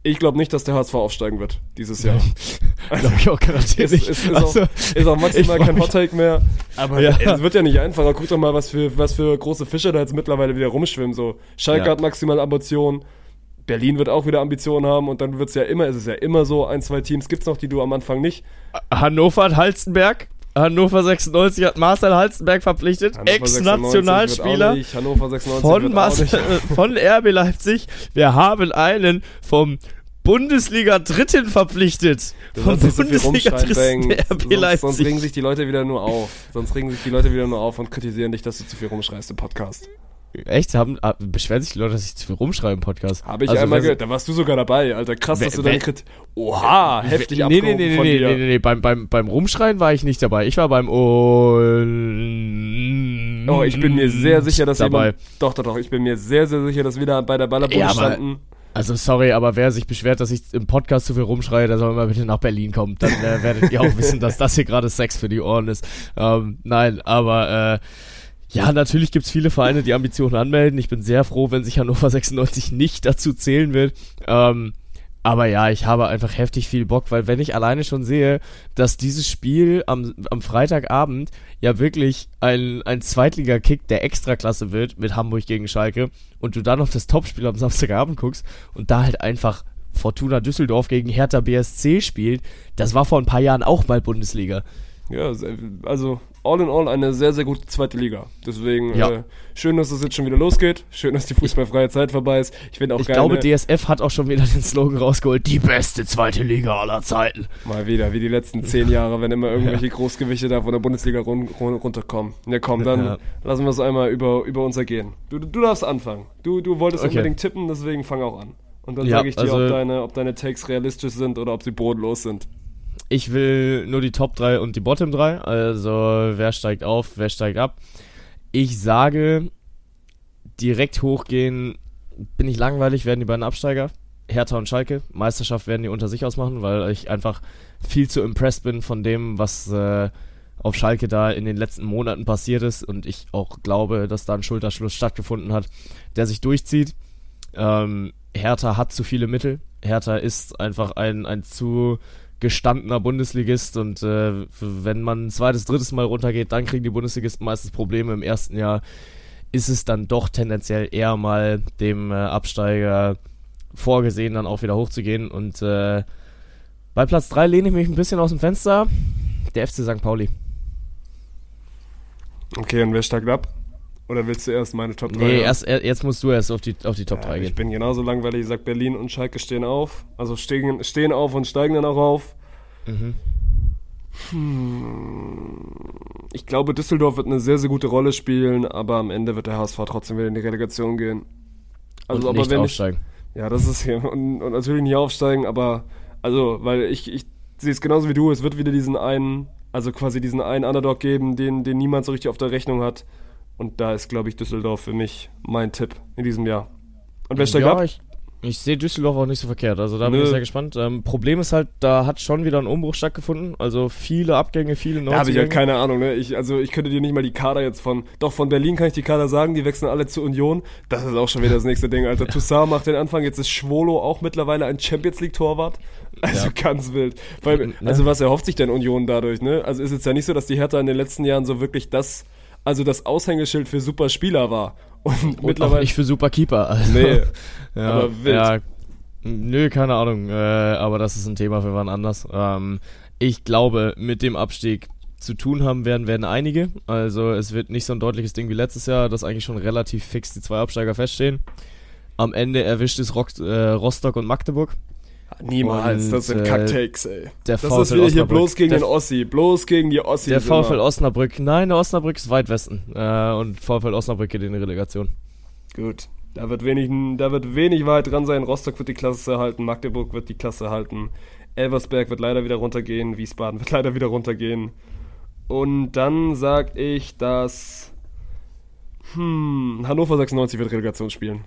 Ich glaube nicht, dass der HSV aufsteigen wird dieses Jahr. Glaube ich auch garantiert nicht. Ist auch maximal kein Hot-Take mehr. Aber es wird ja nicht einfacher. Guck doch mal, was für große Fische da jetzt mittlerweile wieder rumschwimmen. So, Schalke hat maximal Ambitionen. Berlin wird auch wieder Ambitionen haben und dann ist es ja immer so, 1, 2 Teams gibt's noch, die du am Anfang nicht. Hannover hat Halstenberg. Hannover 96 hat Marcel Halstenberg verpflichtet, Ex-Nationalspieler Hannover 96 von RB Leipzig. Wir haben einen vom Bundesliga-Dritten verpflichtet. Vom Bundesliga-Dritten RB Leipzig. Sonst regen sich die Leute wieder nur auf. Und kritisieren dich, dass du zu viel rumschreist im Podcast. Echt? Beschweren sich die Leute, dass ich zu viel rumschreibe im Podcast? Habe ich einmal gehört. Da warst du sogar dabei, Alter. Krass, dass du deine Oha, heftig abgehoben von dir. Nee. Beim Rumschreien war ich nicht dabei. Ich war beim ich bin mir sehr sicher, dass jemand... Doch. Ich bin mir sehr, sehr sicher, dass wir da bei der Ballerbude standen. Also sorry, aber wer sich beschwert, dass ich im Podcast zu viel rumschreie, der soll mal bitte nach Berlin kommen. Dann werdet ihr auch wissen, dass das hier gerade Sex für die Ohren ist. Nein, aber... Ja, natürlich gibt's viele Vereine, die Ambitionen anmelden. Ich bin sehr froh, wenn sich Hannover 96 nicht dazu zählen wird. Aber ja, ich habe einfach heftig viel Bock, weil wenn ich alleine schon sehe, dass dieses Spiel am Freitagabend ja wirklich ein Zweitliga-Kick der Extraklasse wird mit Hamburg gegen Schalke und du dann auf das Topspiel am Samstagabend guckst und da halt einfach Fortuna Düsseldorf gegen Hertha BSC spielt, das war vor ein paar Jahren auch mal Bundesliga. Ja, also all in all eine sehr, sehr gute zweite Liga. Deswegen schön, dass es jetzt schon wieder losgeht. Schön, dass die fußballfreie Zeit vorbei ist. Ich glaube, DSF hat auch schon wieder den Slogan rausgeholt, die beste zweite Liga aller Zeiten. Mal wieder, wie die letzten 10 Jahre, wenn immer irgendwelche Großgewichte da von der Bundesliga runterkommen. Ja komm, dann lassen wir es einmal über uns ergehen. Du darfst anfangen. Du wolltest unbedingt tippen, deswegen fang auch an. Und dann sage ich dir, ob deine Takes realistisch sind oder ob sie bodenlos sind. Ich will nur die Top 3 und die Bottom 3, also wer steigt auf, wer steigt ab. Ich sage, direkt hochgehen, bin ich langweilig, werden die beiden Absteiger, Hertha und Schalke. Meisterschaft werden die unter sich ausmachen, weil ich einfach viel zu impressed bin von dem, was auf Schalke da in den letzten Monaten passiert ist und ich auch glaube, dass da ein Schulterschluss stattgefunden hat, der sich durchzieht. Hertha hat zu viele Mittel. Hertha ist einfach ein zu gestandener Bundesligist und wenn man ein zweites, drittes Mal runtergeht, dann kriegen die Bundesligisten meistens Probleme. Im ersten Jahr ist es dann doch tendenziell eher mal dem Absteiger vorgesehen, dann auch wieder hochzugehen und bei Platz 3 lehne ich mich ein bisschen aus dem Fenster, der FC St. Pauli. Okay, und wer steigt ab? Oder willst du erst meine Top 3? Nee, jetzt musst du erst auf die Top 3 gehen. Ich bin genauso langweilig, ich sag Berlin und Schalke stehen auf. Also stehen auf und steigen dann auch auf. Ich glaube, Düsseldorf wird eine sehr, sehr gute Rolle spielen, aber am Ende wird der HSV trotzdem wieder in die Relegation gehen. Also, und nicht aufsteigen. Ja, das ist hier. Und natürlich nicht aufsteigen, aber weil ich sehe es genauso wie du, es wird wieder diesen einen Underdog geben, den niemand so richtig auf der Rechnung hat. Und da ist, glaube ich, Düsseldorf für mich mein Tipp in diesem Jahr. Und wer steigt ab? Ich sehe Düsseldorf auch nicht so verkehrt. Also da bin ich sehr gespannt. Problem ist halt, da hat schon wieder ein Umbruch stattgefunden. Also viele Abgänge, viele Neuzugänge. Da habe ich halt keine Ahnung. Ne? Ich könnte dir nicht mal die Kader jetzt von Berlin kann ich die Kader sagen. Die wechseln alle zur Union. Das ist auch schon wieder das nächste Ding, Alter. Toussaint macht den Anfang. Jetzt ist Schwolo auch mittlerweile ein Champions-League-Torwart. Also ganz wild. Also was erhofft sich denn Union dadurch? Ne? Also ist es ja nicht so, dass die Hertha in den letzten Jahren so wirklich das Aushängeschild für super Spieler war. Und mittlerweile auch nicht für super Keeper. Also. Nee, ja, aber wild. Ja, nö, keine Ahnung. Aber das ist ein Thema für wann anders. Ich glaube, mit dem Abstieg zu tun haben werden einige. Also es wird nicht so ein deutliches Ding wie letztes Jahr, dass eigentlich schon relativ fix die 2 Absteiger feststehen. Am Ende erwischt es Rostock und Magdeburg. Niemals, das sind Kacktakes, ey. Das ist wieder hier bloß gegen den Ossi, bloß gegen die Ossis. Der VfL Osnabrück, nein, der Osnabrück ist weit Westen und VfL Osnabrück geht in die Relegation. Gut, da wird wenig Wahrheit dran sein. Rostock wird die Klasse halten, Magdeburg wird die Klasse halten, Elversberg wird leider wieder runtergehen, Wiesbaden wird leider wieder runtergehen. Und dann sag ich, dass Hannover 96 wird Relegation spielen.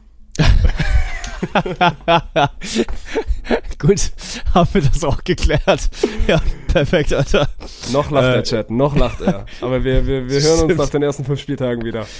Gut, haben wir das auch geklärt. Ja, perfekt, Alter. Noch lacht der Chat, noch lacht er. Aber wir hören uns nach den ersten 5 Spieltagen wieder.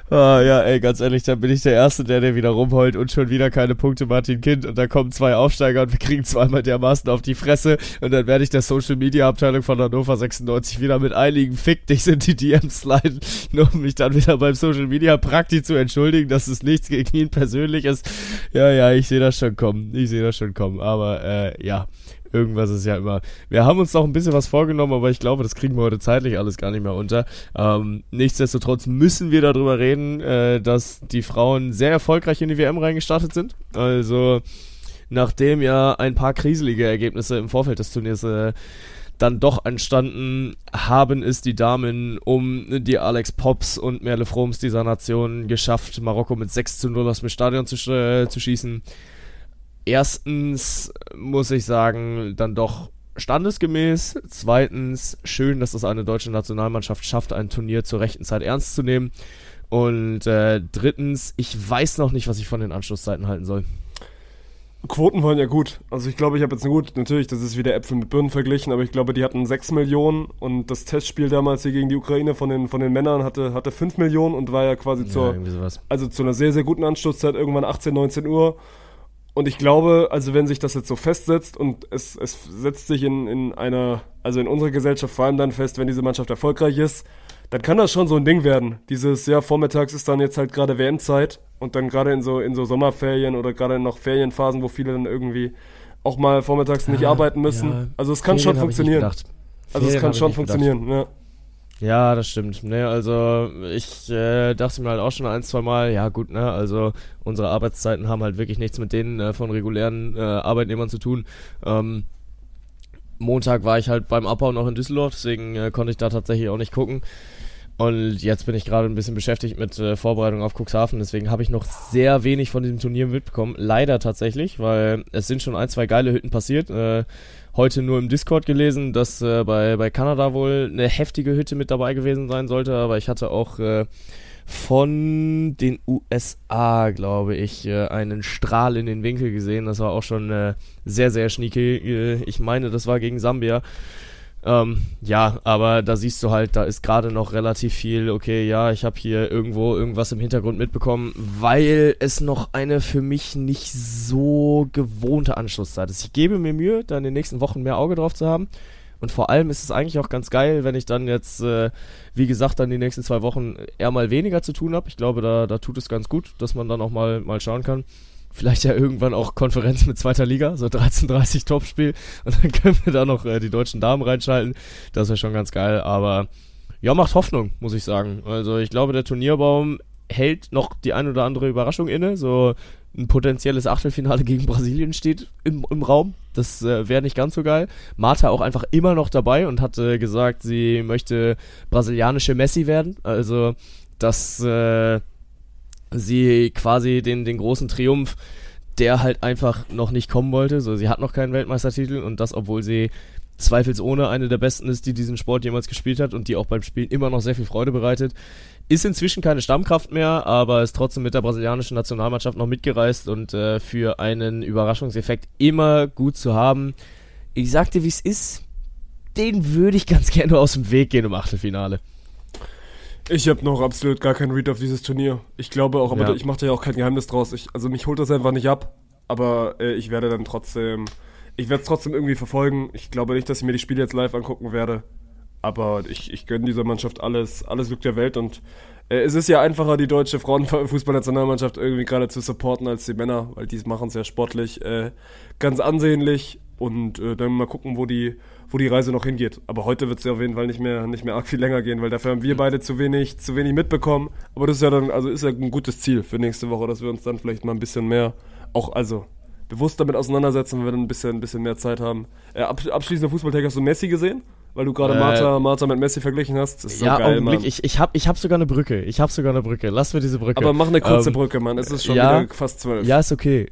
Ja, ey, ganz ehrlich, dann bin ich der Erste, der wieder rumheult und schon wieder keine Punkte Martin Kind und dann kommen 2 Aufsteiger und wir kriegen zweimal dermaßen auf die Fresse und dann werde ich der Social-Media-Abteilung von Hannover 96 wieder mit einigen Fick dich in die DMs sliden, nur um mich dann wieder beim Social-Media-Prakti zu entschuldigen, dass es nichts gegen ihn persönlich ist. Ja, ich sehe das schon kommen, aber ja, irgendwas ist ja immer. Wir haben uns noch ein bisschen was vorgenommen, aber ich glaube, das kriegen wir heute zeitlich alles gar nicht mehr unter. Nichtsdestotrotz müssen wir darüber reden, dass die Frauen sehr erfolgreich in die WM reingestartet sind. Also, nachdem ja ein paar kriselige Ergebnisse im Vorfeld des Turniers dann doch entstanden, haben es die Damen um die Alex Pops und Merle Froms dieser Nation geschafft, Marokko mit 6:0 aus dem Stadion zu schießen. Erstens muss ich sagen, dann doch standesgemäß. Zweitens, schön, dass es eine deutsche Nationalmannschaft schafft, ein Turnier zur rechten Zeit ernst zu nehmen. Und drittens, ich weiß noch nicht, was ich von den Anschlusszeiten halten soll. Quoten waren ja gut. Also ich glaube, ich habe jetzt natürlich, das ist wieder Äpfel mit Birnen verglichen, aber ich glaube, die hatten 6 Millionen und das Testspiel damals hier gegen die Ukraine von den Männern hatte 5 Millionen und war ja quasi zu einer sehr, sehr guten Anschlusszeit, irgendwann 18, 19 Uhr. Und ich glaube, also wenn sich das jetzt so festsetzt und es setzt sich in unserer Gesellschaft vor allem dann fest, wenn diese Mannschaft erfolgreich ist, dann kann das schon so ein Ding werden. Dieses, ja, vormittags ist dann jetzt halt gerade WM-Zeit und dann gerade in so Sommerferien oder gerade noch Ferienphasen, wo viele dann irgendwie auch mal vormittags nicht arbeiten müssen. Ja, also es kann schon funktionieren. Also es kann schon funktionieren, ja. Ja, das stimmt. Ne, also ich dachte mir halt auch schon 1-2 Mal, ja gut, ne, also unsere Arbeitszeiten haben halt wirklich nichts mit denen von regulären Arbeitnehmern zu tun. Montag war ich halt beim Abbau noch in Düsseldorf, deswegen konnte ich da tatsächlich auch nicht gucken. Und jetzt bin ich gerade ein bisschen beschäftigt mit Vorbereitung auf Cuxhaven, deswegen habe ich noch sehr wenig von diesem Turnier mitbekommen. Leider tatsächlich, weil es sind schon 1-2 geile Hütten passiert. Heute nur im Discord gelesen, dass bei Kanada wohl eine heftige Hütte mit dabei gewesen sein sollte, aber ich hatte auch von den USA, glaube ich, einen Strahl in den Winkel gesehen. Das war auch schon sehr, sehr sneaky. Ich meine, das war gegen Sambia. Ja, aber da siehst du halt, da ist gerade noch relativ viel, okay, ja, ich habe hier irgendwas im Hintergrund mitbekommen, weil es noch eine für mich nicht so gewohnte Anschlusszeit ist. Ich gebe mir Mühe, da in den nächsten Wochen mehr Auge drauf zu haben und vor allem ist es eigentlich auch ganz geil, wenn ich dann jetzt, wie gesagt, dann die nächsten 2 Wochen eher mal weniger zu tun habe. Ich glaube, da tut es ganz gut, dass man dann auch mal schauen kann. Vielleicht ja irgendwann auch Konferenz mit 2. Liga, so 13:30 Topspiel. Und dann können wir da noch die deutschen Damen reinschalten. Das wäre schon ganz geil. Aber ja, macht Hoffnung, muss ich sagen. Also ich glaube, der Turnierbaum hält noch die ein oder andere Überraschung inne. So ein potenzielles Achtelfinale gegen Brasilien steht im Raum. Das wäre nicht ganz so geil. Marta auch einfach immer noch dabei und hat gesagt, sie möchte brasilianische Messi werden. Also dass sie quasi den großen Triumph, der halt einfach noch nicht kommen wollte. So, sie hat noch keinen Weltmeistertitel und das, obwohl sie zweifelsohne eine der besten ist, die diesen Sport jemals gespielt hat und die auch beim Spielen immer noch sehr viel Freude bereitet. Ist inzwischen keine Stammkraft mehr, aber ist trotzdem mit der brasilianischen Nationalmannschaft noch mitgereist und für einen Überraschungseffekt immer gut zu haben. Ich sag dir, wie es ist, den würde ich ganz gerne aus dem Weg gehen im Achtelfinale. Ich habe noch absolut gar keinen Read auf dieses Turnier. Ich glaube auch, aber ich mache da ja auch kein Geheimnis draus. Also mich holt das einfach nicht ab, aber ich werde es trotzdem irgendwie verfolgen. Ich glaube nicht, dass ich mir die Spiele jetzt live angucken werde, aber ich gönne dieser Mannschaft alles Glück der Welt und es ist ja einfacher, die deutsche Frauenfußballnationalmannschaft irgendwie gerade zu supporten als die Männer, weil die machen es ja sportlich ganz ansehnlich und dann mal gucken, wo die Reise noch hingeht. Aber heute wird es ja auf jeden Fall nicht mehr arg viel länger gehen, weil dafür haben wir beide zu wenig mitbekommen. Aber das ist ja dann, also ist ja ein gutes Ziel für nächste Woche, dass wir uns dann vielleicht mal ein bisschen mehr auch, also bewusst damit auseinandersetzen, wenn wir dann ein bisschen mehr Zeit haben. Abschließender Fußballtag, hast du Messi gesehen? Weil du gerade Marta mit Messi verglichen hast. Das ist so geil, Augenblick. Mann. Ich hab sogar eine Brücke. Lass mir diese Brücke. Aber mach eine kurze Brücke, Mann. Es ist schon wieder fast 12. Ja, ist okay.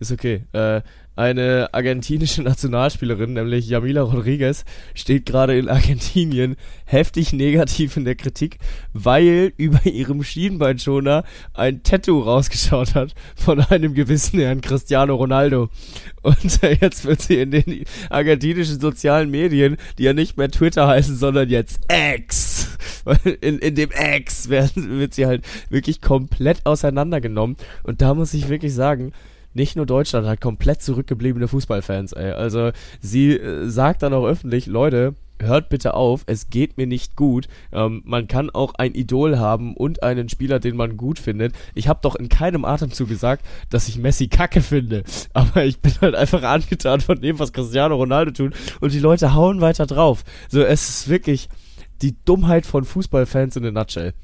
Eine argentinische Nationalspielerin, nämlich Yamila Rodriguez, steht gerade in Argentinien heftig negativ in der Kritik, weil über ihrem Schienbeinschoner ein Tattoo rausgeschaut hat von einem gewissen Herrn Cristiano Ronaldo. Und jetzt wird sie in den argentinischen sozialen Medien, die ja nicht mehr Twitter heißen, sondern jetzt X, weil in dem X wird sie halt wirklich komplett auseinandergenommen. Und da muss ich wirklich sagen, nicht nur Deutschland hat komplett zurückgebliebene Fußballfans, ey. Also sie sagt dann auch öffentlich, Leute, hört bitte auf, es geht mir nicht gut. Man kann auch ein Idol haben und einen Spieler, den man gut findet. Ich habe doch in keinem Atemzug gesagt, dass ich Messi kacke finde. Aber ich bin halt einfach angetan von dem, was Cristiano Ronaldo tut. Und die Leute hauen weiter drauf. So, es ist wirklich die Dummheit von Fußballfans in a nutshell.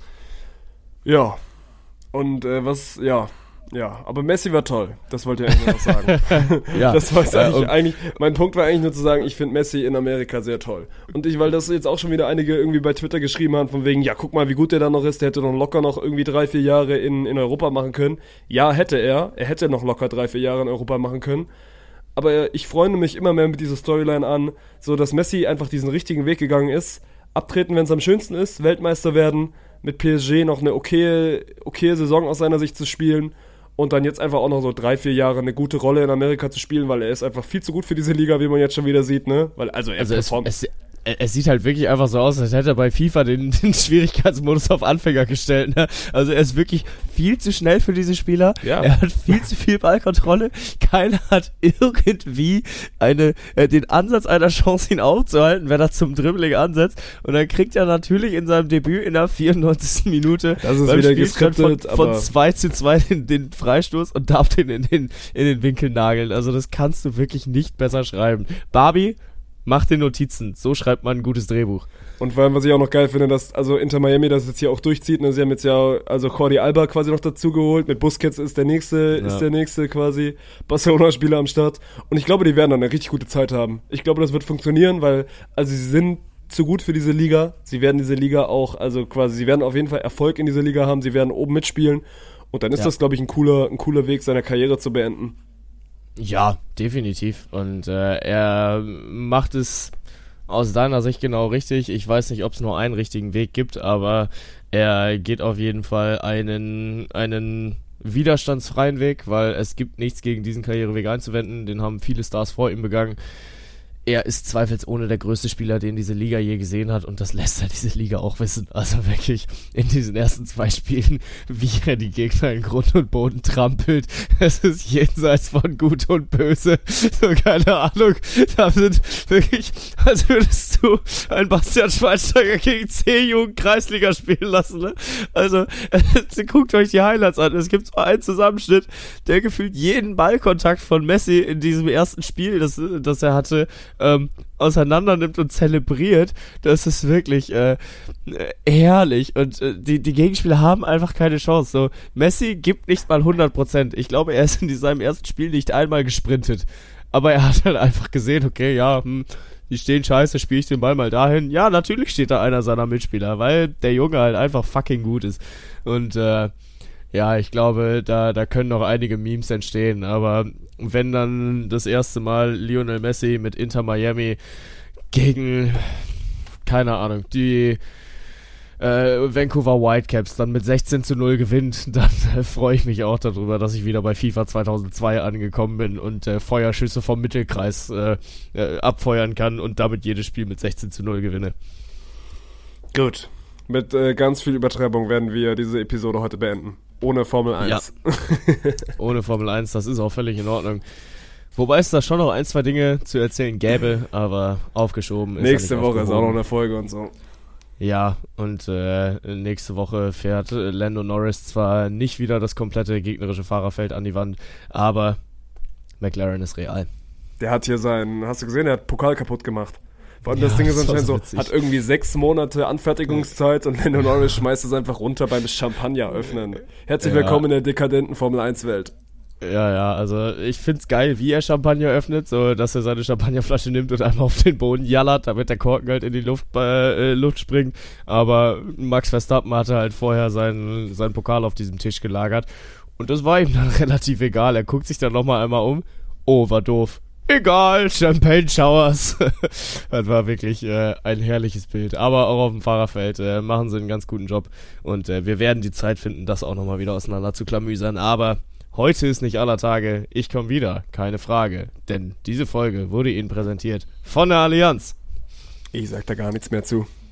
Ja. Und aber Messi war toll. Das wollte ich eigentlich noch sagen. Ja. Das war eigentlich, mein Punkt war eigentlich nur zu sagen, ich finde Messi in Amerika sehr toll. Und weil das jetzt auch schon wieder einige irgendwie bei Twitter geschrieben haben, von wegen, ja, guck mal, wie gut der da noch ist, der hätte noch locker noch irgendwie 3-4 Jahre in Europa machen können. Ja, hätte er. Er hätte noch locker 3-4 Jahre in Europa machen können. Aber ich freunde mich immer mehr mit dieser Storyline an, so dass Messi einfach diesen richtigen Weg gegangen ist. Abtreten, wenn es am schönsten ist, Weltmeister werden, mit PSG noch eine okaye Saison aus seiner Sicht zu spielen. Und dann jetzt einfach auch noch so 3-4 Jahre eine gute Rolle in Amerika zu spielen, weil er ist einfach viel zu gut für diese Liga, wie man jetzt schon wieder sieht, ne? Weil, er performt. Es sieht halt wirklich einfach so aus, als hätte er bei FIFA den Schwierigkeitsmodus auf Anfänger gestellt, ne? Also er ist wirklich viel zu schnell für diese Spieler. Ja. Er hat viel zu viel Ballkontrolle. Keiner hat irgendwie den Ansatz einer Chance, ihn aufzuhalten, wenn er zum Dribbling ansetzt. Und dann kriegt er natürlich in seinem Debüt in der 94. Minute das ist wieder geskriptet, von 2:2 den Freistoß und darf den in den Winkel nageln. Also das kannst du wirklich nicht besser schreiben. Barbie, mach den Notizen. So schreibt man ein gutes Drehbuch. Und vor allem, was ich auch noch geil finde, dass Inter Miami das jetzt hier auch durchzieht. Ne? Sie haben jetzt ja Jordi Alba quasi noch dazu geholt. Mit Busquets ist der nächste quasi Barcelona-Spieler am Start. Und ich glaube, die werden dann eine richtig gute Zeit haben. Ich glaube, das wird funktionieren, weil sie sind zu gut für diese Liga. Sie werden diese Liga auch, sie werden auf jeden Fall Erfolg in dieser Liga haben. Sie werden oben mitspielen. Und dann ist das, glaube ich, ein cooler Weg, seine Karriere zu beenden. Ja, definitiv. Und er macht es aus deiner Sicht genau richtig. Ich weiß nicht, ob es nur einen richtigen Weg gibt, aber er geht auf jeden Fall einen widerstandsfreien Weg, weil es gibt nichts gegen diesen Karriereweg einzuwenden. Den haben viele Stars vor ihm begangen. Er ist zweifelsohne der größte Spieler, den diese Liga je gesehen hat, und das lässt halt diese Liga auch wissen. Also wirklich in diesen ersten 2 Spielen, wie er die Gegner in Grund und Boden trampelt. Es ist jenseits von Gut und Böse. So, keine Ahnung. Da sind wirklich, als würdest du einen Bastian Schweinsteiger gegen C-Jugend-Kreisliga spielen lassen, ne? Also, guckt euch die Highlights an. Es gibt so einen Zusammenschnitt, der gefühlt jeden Ballkontakt von Messi in diesem ersten Spiel, das er hatte, auseinander nimmt und zelebriert. Das ist wirklich herrlich. Und die Gegenspieler haben einfach keine Chance. So, Messi gibt nicht mal 100%. Ich glaube, er ist in seinem ersten Spiel nicht einmal gesprintet. Aber er hat halt einfach gesehen, okay, ja, die stehen scheiße, spiele ich den Ball mal dahin. Ja, natürlich steht da einer seiner Mitspieler, weil der Junge halt einfach fucking gut ist. Und ja, ich glaube, da können noch einige Memes entstehen, aber wenn dann das erste Mal Lionel Messi mit Inter Miami gegen, keine Ahnung, die Vancouver Whitecaps dann mit 16:0 gewinnt, dann freue ich mich auch darüber, dass ich wieder bei FIFA 2002 angekommen bin und Feuerschüsse vom Mittelkreis abfeuern kann und damit jedes Spiel mit 16:0 gewinne. Gut. Mit ganz viel Übertreibung werden wir diese Episode heute beenden. Ohne Formel 1. Ja. Ohne Formel 1, das ist auch völlig in Ordnung. Wobei es da schon noch 1, 2 Dinge zu erzählen gäbe, aber aufgeschoben ist. Nächste Woche ist auch noch eine Folge und so. Ja, und nächste Woche fährt Lando Norris zwar nicht wieder das komplette gegnerische Fahrerfeld an die Wand, aber McLaren ist real. Der hat hier hast du gesehen, der hat Pokal kaputt gemacht. Vor allem das Ding ist anscheinend so, hat irgendwie 6 Monate Anfertigungszeit und Lando Norris schmeißt es einfach runter beim Champagner öffnen. Herzlich willkommen in der dekadenten Formel 1 Welt. Ja, also ich find's geil, wie er Champagner öffnet, so dass er seine Champagnerflasche nimmt und einmal auf den Boden jallert, damit der Korken halt in die Luft springt. Aber Max Verstappen hatte halt vorher seinen Pokal auf diesem Tisch gelagert und das war ihm dann relativ egal. Er guckt sich dann nochmal einmal um. Oh, war doof. Egal, Champagne Showers. Das war wirklich ein herrliches Bild. Aber auch auf dem Fahrerfeld machen sie einen ganz guten Job. Und wir werden die Zeit finden, das auch nochmal wieder auseinander zu klamüsern. Aber heute ist nicht aller Tage. Ich komme wieder, keine Frage. Denn diese Folge wurde Ihnen präsentiert von der Allianz. Ich sag da gar nichts mehr zu.